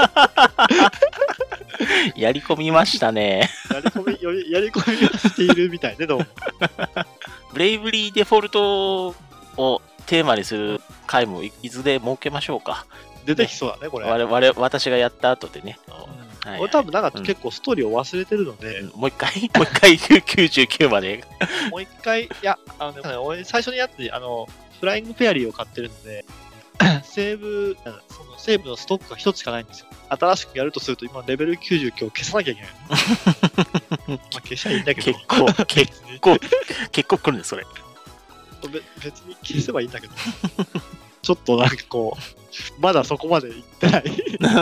やり込みましたね。 やり込み、よりやり込みをしているみたいね、どうも。 ブレイブリーデフォルトをテーマにする回も い, いずれ設けましょうか。 出てきそうだね、これ。 我々、私がやった後でね。 はいはい、俺多分なんか結構ストーリーを忘れてるので、 うん、もう一回もう一回きゅうじゅうきゅうまでもう一回、いや、あの、ね、俺最初のやつで、あの、フライングフェアリーを買ってるので、セーブ、そのセーブのストックが一つしかないんですよ。新しくやるとすると、今レベルきゅうじゅうきゅうを消さなきゃいけない。まあ消しゃいいんだけど。 結構、結構、結構来るんです、それ。 別に消せばいいんだけど。ちょっとなんかこう、まだそこまで行ってない。もう一個買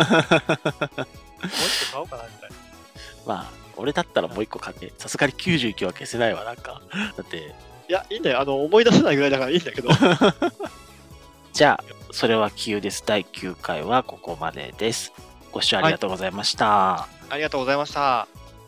おうかなみたいな。 まあ、俺だったらもう一個買って、さすがにきゅうじゅうきゅうは消せないわ、なんか。だって。 いや、いいんだよ。あの、思い出せないぐらいだからいいんだけど。 じゃあ、それはきゅうです。だいきゅうかいはここまでです。ご視聴ありがとうございました。はい、ありがとうございました。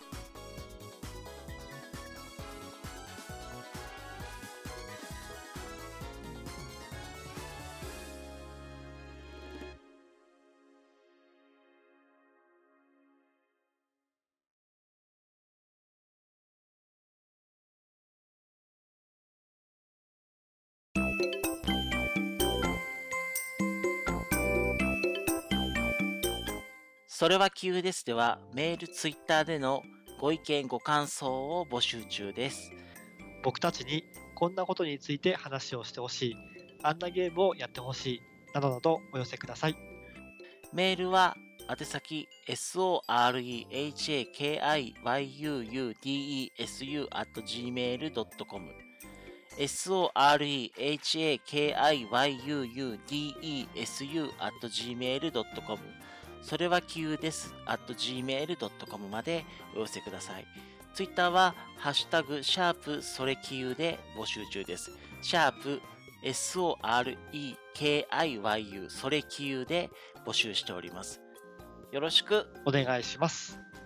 それは急ですではメール、ツイッターでのご意見ご感想を募集中です。 僕たちにこんなことについて話をしてほしい、あんなゲームをやってほしいなどなどお寄せください。 メールは宛先 ソレハキユーディーイーエスユー アット ジーメール ドットコム ソレハキユーディーイーエスユー アット ジーメール ドットコム それは急です アット ジーメール ドットコム までお寄せください。ツイッターはハッシュタグシャープそれきゆで募集中です。シャープ ソレハキユー それきゆで募集しております。よろしくお願いします。